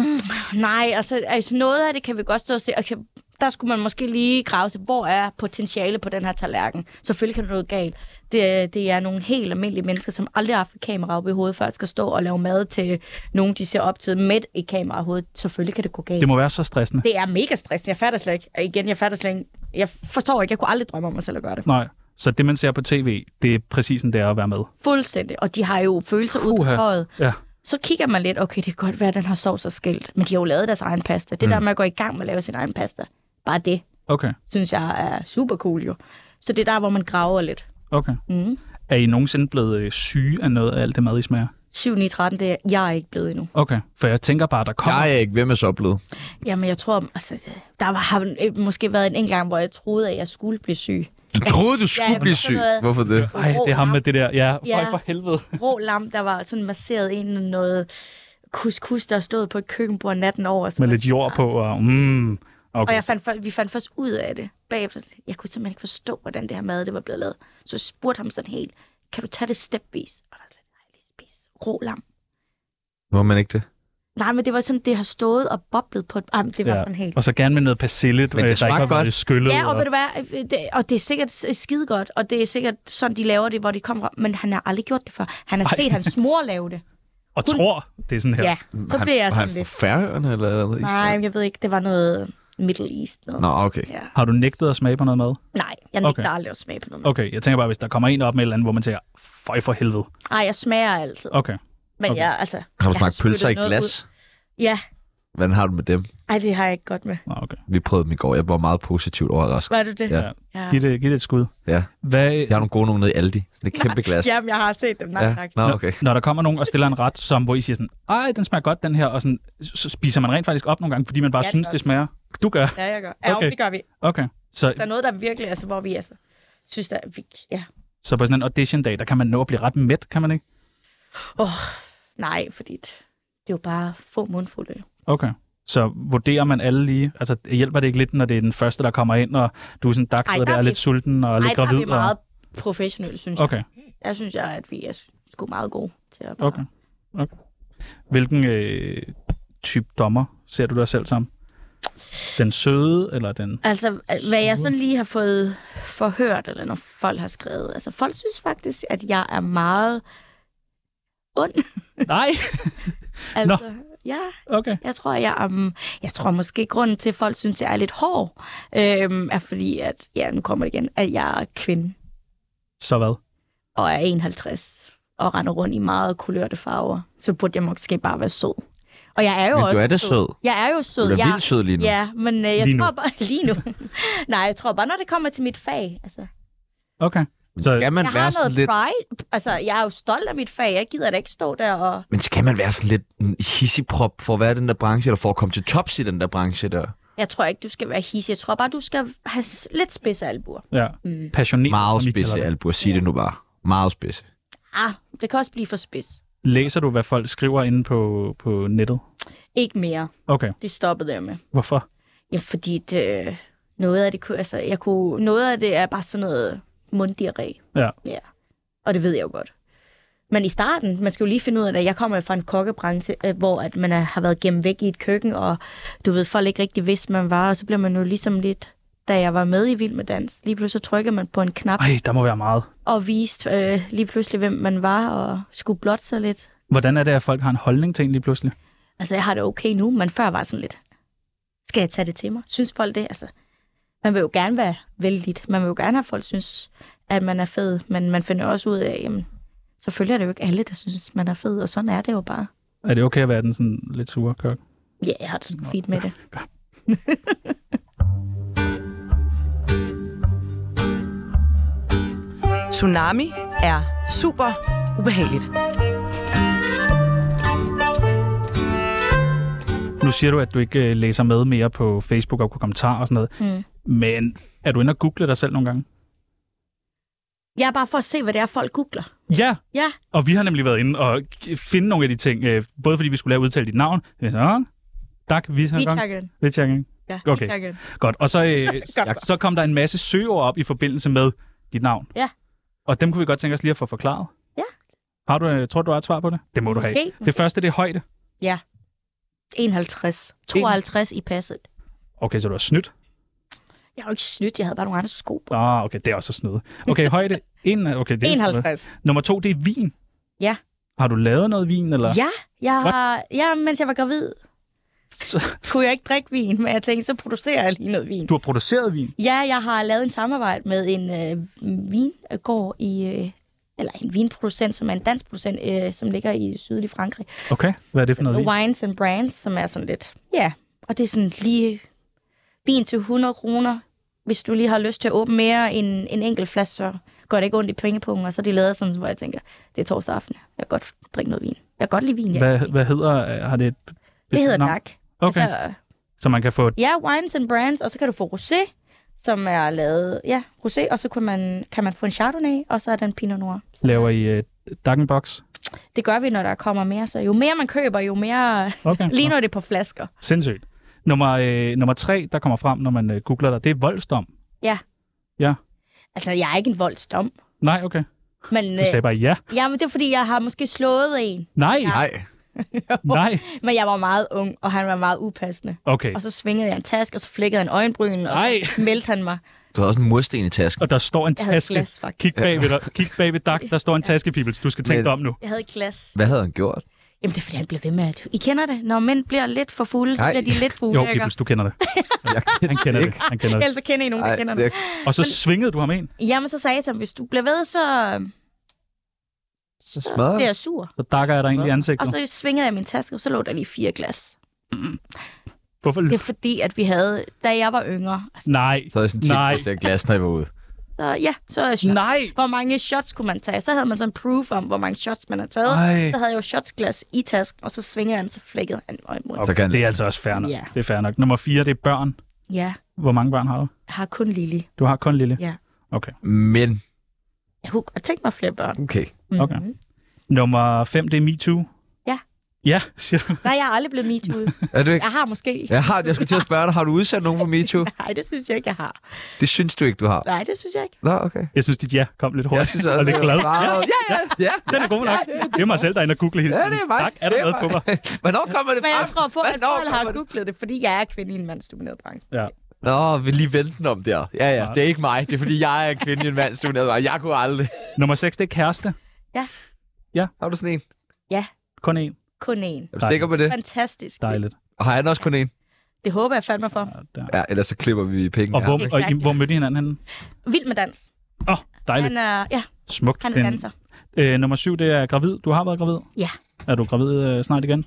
Nej, altså noget af det kan vi godt stå og se. Okay, der skulle man måske lige grave sig, hvor er potentiale på den her tallerken. Selvfølgelig kan det noget galt. Det er nogle helt almindelige mennesker, som aldrig har haft et kamera oppe i hovedet, før skal stå og lave mad til nogen, de ser op til med et kamera i hovedet. Selvfølgelig kan det gå galt. Det må være så stressende. Det er mega stressende. Jeg fatter slet ikke. Jeg forstår ikke. Jeg kunne aldrig drømme om mig selv at gøre det. Nej. Så det, man ser på tv, det er præcis sådan, det er at være med. Fuldstændig. Og de har jo følelser ud på tøjet. Ja. Så kigger man lidt, okay, det kan godt være, at den har sovs og skilt, men de har jo lavet deres egen pasta. Det der med at gå i gang med at lave sin egen pasta, bare det, synes jeg er super cool jo. Så det er der, hvor man graver lidt. Okay. Er I nogensinde blevet syge af noget af alt det mad, I smager? 7-9-13, det er jeg er ikke blevet endnu. Okay, for jeg tænker bare, der kommer... Jeg er ikke. Hvem er så blevet? Jamen, jeg tror, der har måske været en enkelt gang, hvor jeg troede, at jeg skulle blive syg. Du troede, du skulle blive syg? Hvorfor det? Ej, det er ham med det der. Ja, for helvede. Rå lam, der var sådan masseret ind i noget couscous, der stod på et køkkenbord natten over. Med lidt jord på, og okay. Og vi fandt først ud af det bagefter. Jeg kunne simpelthen ikke forstå, hvordan det her mad det var blevet lavet. Så jeg spurgte ham sådan helt, kan du tage det stepvis? Og der lige spise rå lam. Må man ikke det? Nej, men det var sådan, det har stået og boblet på... det var sådan helt... Og så gerne med noget persille, Men det der ikke har godt. været skyllet. Ja, og ved du hvad, og det er sikkert skide godt, og det er sikkert sådan, de laver det, hvor de kommer fra, men han har aldrig gjort det før. Han har set hans mor lave det. Og tror, det er sådan her. Ja, så bliver jeg sådan lidt... lidt... Var han fra Færøerne eller noget? Nej, jeg ved ikke, det var noget Middle East. Noget. Nå, okay. Ja. Har du nægtet at smage på noget mad? Nej, jeg nægter aldrig at smage på noget. Okay, jeg tænker bare, hvis der kommer en op med et eller andet, hvor man tænker, føj for helvede. Nej, jeg smager altid. Okay. Men jeg, altså... Har du smagt pølser i glas? Ja. Hvordan har du med dem? Ej, det har jeg ikke godt med. Okay. Vi prøvede dem i går. Jeg var meget positivt overrasket. Var du det? Ja. Giv det et skud. Ja. Hvad... Jeg har nogle gode nogle nede i Aldi. Sådan et kæmpe glas. Jamen, jeg har set dem. Nej, tak. Nå, okay. Når der kommer nogen og stiller en ret, som, hvor I siger sådan, ej, den smager godt, den her, og sådan, så spiser man rent faktisk op nogle gange, fordi man bare synes, det smager. Du gør? Ja, jeg gør. Ja, det gør vi. Okay. Så der er noget, der virkelig, altså, hvor vi altså, synes, at vi... Ja. Så på sådan en audition-dag, der kan man nå at blive ret mæt, kan man ikke? Nej, fordi det er jo bare få mundfulde. Okay. Så vurderer man alle lige? Altså, hjælper det ikke lidt, når det er den første, der kommer ind, og du er sådan dakset, og der er lidt sulten og lidt gravid? Nej, der er vi meget professionelle, synes jeg. Okay. Jeg synes, at vi er sgu meget gode til at bare... Okay. Hvilken type dommer ser du dig selv som? Den søde, eller den... Altså, hvad jeg sådan lige har fået forhørt, eller når folk har skrevet, altså, folk synes faktisk, at jeg er meget ond. Nej! Altså, ja. Okay. Jeg tror måske, grunden til, at folk synes, at jeg er lidt hård, er fordi, at, nu kommer det igen, at jeg er kvinde. Så hvad? Og er 51, og render rundt i meget kulørte farver. Så burde jeg måske bare være sød. Og jeg er jo også du er da sød. Jeg er jo sød. Du er vildt sød lige nu. Ja, men jeg tror bare... Lige nu. Nej, jeg tror bare, når det kommer til mit fag. Altså. Okay. Så skal man jeg være har sådan noget lidt... pride. Altså, jeg er jo stolt af mit fag. Jeg gider da ikke stå der og... Men skal man være sådan lidt en hissigprop for at være i den der branche, eller for at komme til tops i den der branche der? Jeg tror ikke, du skal være hissig. Jeg tror bare, du skal have lidt spidse albuer. Ja, passioneret. Meget spidse albuer. Sig det nu bare. Meget spidse. Det kan også blive for spids. Læser du, hvad folk skriver inde på nettet? Ikke mere. Okay. Det stoppede jeg med. Hvorfor? Ja, fordi noget af det, noget af det er bare sådan noget munddiarré. Ja. Og det ved jeg jo godt. Men i starten, man skal jo lige finde ud af det. Jeg kommer fra en kokkebranche, hvor at man har været gemt væk i et køkken, og du ved, folk ikke rigtig vidste, man var, og så bliver man jo ligesom lidt, da jeg var med i Vild med Dans, lige pludselig trykker man på en knap. Ej, der må være meget. Og viste lige pludselig, hvem man var, og skulle blotte sig lidt. Hvordan er det, at folk har en holdning til en lige pludselig? Altså, jeg har det okay nu, men før var sådan lidt, skal jeg tage det til mig? Synes folk det? Altså, man vil jo gerne være vældigt. Man vil jo gerne have folk synes, at man er fed, men man finder også ud af, jamen, selvfølgelig er det jo ikke alle, der synes, man er fed, og sådan er det jo bare. Er det okay at være den sådan lidt sure kok? Ja, jeg har det fint med det. Tsunami er super ubehageligt. Nu siger du, at du ikke læser med mere på Facebook og på kommentarer og sådan noget. Men er du inde og google dig selv nogle gange? Jeg er bare for at se, hvad det er, folk googler. Ja. Ja. Og vi har nemlig været inde og finde nogle af de ting, både fordi vi skulle lave udtale dit navn. Tak, Vichagen. Ja, okay. Vichagen. Godt. Og så kom der en masse søgeord op i forbindelse med dit navn. Ja. Og dem kunne vi godt tænke os lige at få forklaret. Ja. Tror du har et svar på det? Det må du have. Det første, det er højde. Ja. 51. 52 i passet. Okay, så du har snydt? Jeg har jo ikke snydt, jeg havde bare nogle andre sko på. Okay, det er også snydt. Okay, højde. Okay, det er 51. Nummer 2, det er vin. Ja. Har du lavet noget vin, eller? Ja, mens jeg var gravid. Kunne jeg ikke drikke vin, men jeg tænkte, så producerer jeg lige noget vin. Du har produceret vin? Ja, jeg har lavet en samarbejde med en vingård eller en vinproducent, som er en dansk producent, som ligger i sydlig Frankrig. Okay, hvad er det for noget vin? Wines and Brands, som er sådan lidt, og det er sådan lige vin til 100 kroner. Hvis du lige har lyst til at åbne mere end en enkelt flaske, så går det ikke ondt i pengepungen, og så er de lavet sådan, hvor jeg tænker, det er torsdag aften, jeg kan godt drikke noget vin. Jeg kan godt lide vin, Hvad hedder, har det et det hedder DAC. Okay, altså, så man kan få... Ja, Wines and Brands, og så kan du få rosé, som er lavet, rosé, og så kan man få en Chardonnay, og så er der en Pinot Noir. Laver I Dagenbox? Det gør vi, når der kommer mere, så jo mere man køber, jo mere... Okay. Lige når det er på flasker. Sindssygt. Nummer 3, der kommer frem, når man googler dig, det er voldsdom. Ja. Ja. Altså, jeg er ikke en voldsdom. Nej, okay. Men, du sagde bare ja. Ja, men det er, fordi jeg har måske slået en. Nej. Nej. Nej. Men jeg var meget ung, og han var meget upassende. Okay. Og så svingede jeg en taske, og så flækkede han øjenbrynen, og så meldte han mig. Du har også en mursten i tasken. Og der står en Jeg havde taske. glas, faktisk. Kig bag ved Dag, der står en taske, Pibels. Du skal tænke dig om nu. Jeg havde glas. Hvad havde han gjort? Jamen, det er fordi, han bliver ved med at... I kender det. Når mænd bliver lidt for fulde, så Nej. bliver de lidt for Jo, ulækre. Pibels, du kender det. Han kender det. Han kender det. Ellers så kender I nogen, der kender det. Og så svingede du ham ind. Jamen, så sagde jeg til ham, hvis du bliver ved, så Smadret. bliver jeg sur. Så dakker jeg dig egentlig i ansigtet. Og så svingede jeg min taske, og så lå der lige 4 glas. Hvorfor? Det er fordi, at vi havde, da jeg var yngre... Altså, Nej. Så er det sådan Nej. en tip, hvis glas, når jeg var ude. så er shot. Nej. Hvor mange shots kunne man tage? Så havde man sådan proof om, hvor mange shots man har taget. Ej. Så havde jeg jo shotsglas i tasken, og så svingede han, så flækkede han øjenbryn. Så kan Det er altså også fair nok. Ja. Det er fair nok. Nummer 4, det er børn. Ja, Hvor mange børn har du? jeg har kun Lili. Du har kun Lille? Ja. Okay. Men, Jeg kunne godt tænke mig flere børn. okay. Okay. Nummer 5, det er MeToo. Ja. Ja, siger du. Nej, jeg har aldrig blevet MeToo. Er du ikke? Jeg har måske. Jeg skulle til at spørge dig, har du udsat nogen for MeToo? Nej, det synes jeg ikke, jeg har. Det synes du ikke, du har. Nej, det synes jeg ikke. Nå, okay. Jeg synes, dit ja kom lidt hurtigt. Jeg synes også, og lidt glad. Ja. Den er god nok. Det er mig selv, der er inde og google hele Ja, tiden. det er mig. Tak, er der noget på mig? Hvornår kommer det Men frem? jeg tror på, at Hvornår folk har kommer det? googlet det, fordi jeg er kvinde i en mandsdomineret branche. Ja. Nå, vi lige vente den om der. Ja, det er ikke mig. Det er fordi, jeg er kvinde i en mandsdomineret. Jeg kunne aldrig. Nummer 6, det er kæreste. Har du sådan en? Ja, Kun én. kun én. Er du sikker på det? Fantastisk. Dejligt. Og har han også kun en? Det håber jeg fandme for. Ja, der. Ja, ellers så klipper vi penge Og her. hvor mødte I hinanden henne? Vild med dans. Dejligt. Han er, Smukt. han er danser. Nummer 7, det er gravid. Du har været gravid? Ja. Er du gravid snart igen?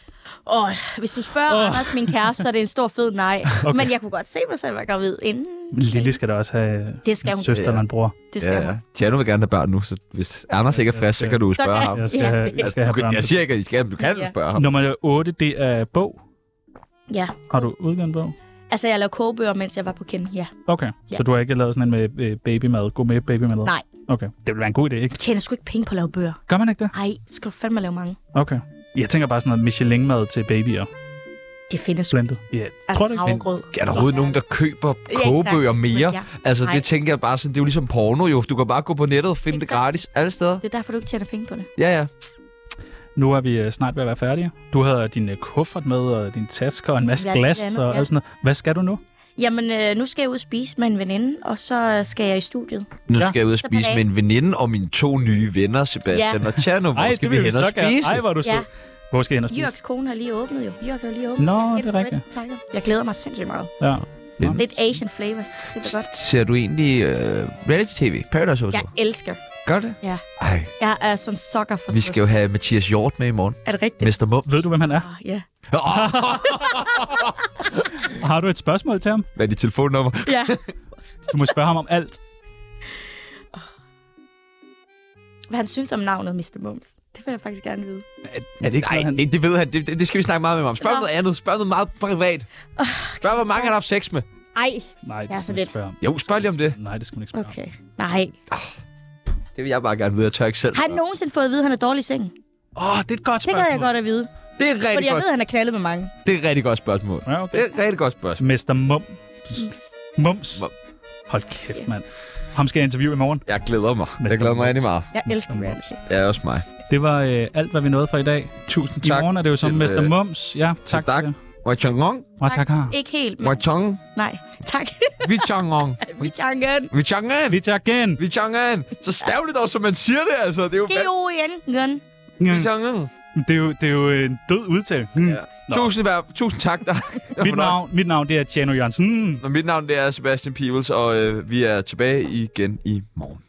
Hvis du spørger Anders, min kæreste, så er det en stor fed nej. Okay. Men jeg kunne godt se mig selv være gravid inden. Lille skal da også have Det skal en hun. søster eller en bror. Det skal Ja. hun. Tjano vil gerne have børn nu, så hvis Anders ikke er frisk, så kan du spørge ham. Jeg skal, Ja, have, det- jeg skal have børn. Jeg siger ikke, at I skal, men du kan jo Ja. spørge ham. Nummer 8, det er bog. Ja. Har du udgivet en bog? Altså, jeg lavede kogebøger, mens jeg var på Ken. Ja. Okay, Ja. så du har ikke lavet sådan en med babymad, gourmet babymad? Nej. Okay, det ville være en god idé, ikke? Jeg tjener sgu ikke penge på at lave bøger. Gør man ikke det? Ej, skal du fandme lave mange. Okay. Jeg tænker bare sådan noget Michelin-mad til babyer. Det findes sgu. Blendet. Ja, tror du ikke? Havregrød. Er der overhovedet nogen, der køber kogebøger mere? Ja. Altså, Nej. det tænker jeg bare sådan, det er jo ligesom porno jo. Du kan bare gå på nettet og finde det Exakt. gratis alle steder. Det er derfor, du ikke tjener penge på det. Ja. Nu er vi snart ved at være færdige. Du havde din kuffert med, og din tasker og en masse Ja, glas det andet, og ja. alt sådan noget. Hvad skal du nu? Jamen, nu skal jeg ud og spise med en veninde, og så skal jeg i studiet. Nu Ja. skal jeg ud og Så spise på med en veninde og mine 2 nye venner, Sebastian Ja. og Tjerno. Hvor skal vi hen og spise? Ej, hvor er du Ja. sød. Hvor skal I hen og spise? Jørgs kone har lige åbnet jo. Jørg har lige åbnet. Nå, Jeg skal det er på rigtigt. takker. Jeg glæder mig sindssygt meget. Ja. Nå. Lidt Asian flavors. Det er godt. Ser du egentlig reality-tv? Paradise Hotel? Jeg elsker. Gør det? Ja. Ej, Jeg er sådan sukker for vi skal jo have Mathias Hjort med i morgen. Er det rigtigt? Mester Mum. Ved du, hvem han er? Ja. Har du et spørgsmål til ham? Hvad er dit telefonnummer? Ja. Du må spørge ham om alt. Hvad han synes om navnet Mr. Mums. Det vil jeg faktisk gerne vide. Er det ikke sådan, Nej, han... det ved han. Det skal vi snakke meget med ham om. Spørg Nå. noget andet. Spørg noget meget privat. Spørg, hvor mange han har haft sex med. Ej. Nej, det Jeg er skal så man lidt. ikke spørge om. Jo, spørg lige om det. Nej, det skal man ikke spørge om. Okay. Nej. Det vil jeg bare gerne vide. Jeg tør ikke selv. Har han nogensinde fået at vide, at han er dårlig i sengen? Det er et godt Det spørgsmål. gad jeg godt at vide. Det er et Fordi rigtig jeg godt. ved, at han er knaldet med mange. Det er et rigtig godt spørgsmål. Ja, okay. Det er et rigtig godt spørgsmål. Mester Mums. Mum. Hold kæft, mand. Ham skal jeg interviewe i morgen. Jeg glæder mig. Mester Jeg glæder mig Mums. rigtig meget. Jeg elsker reality. Ja, også mig. Det var alt, hvad vi nåede for i dag. Tusind I tak. morgen er det jo som til, Mester Mums. Ja, tak. tak. Wachangong. Tak. Ikke helt, men Wachong. nej. Tak. Vichangong. Vichangen. Vichangen. Vi tager igen. Vichangen. Så stav det dog, som man siger det, altså. Det er jo G-O-N. Vichangen. Det er jo en død udtale. Ja. Nå. Tusind tak. Mit navn det er Tjano Jørgensen. Og mit navn det er Sebastian Peebles, og vi er tilbage igen i morgen.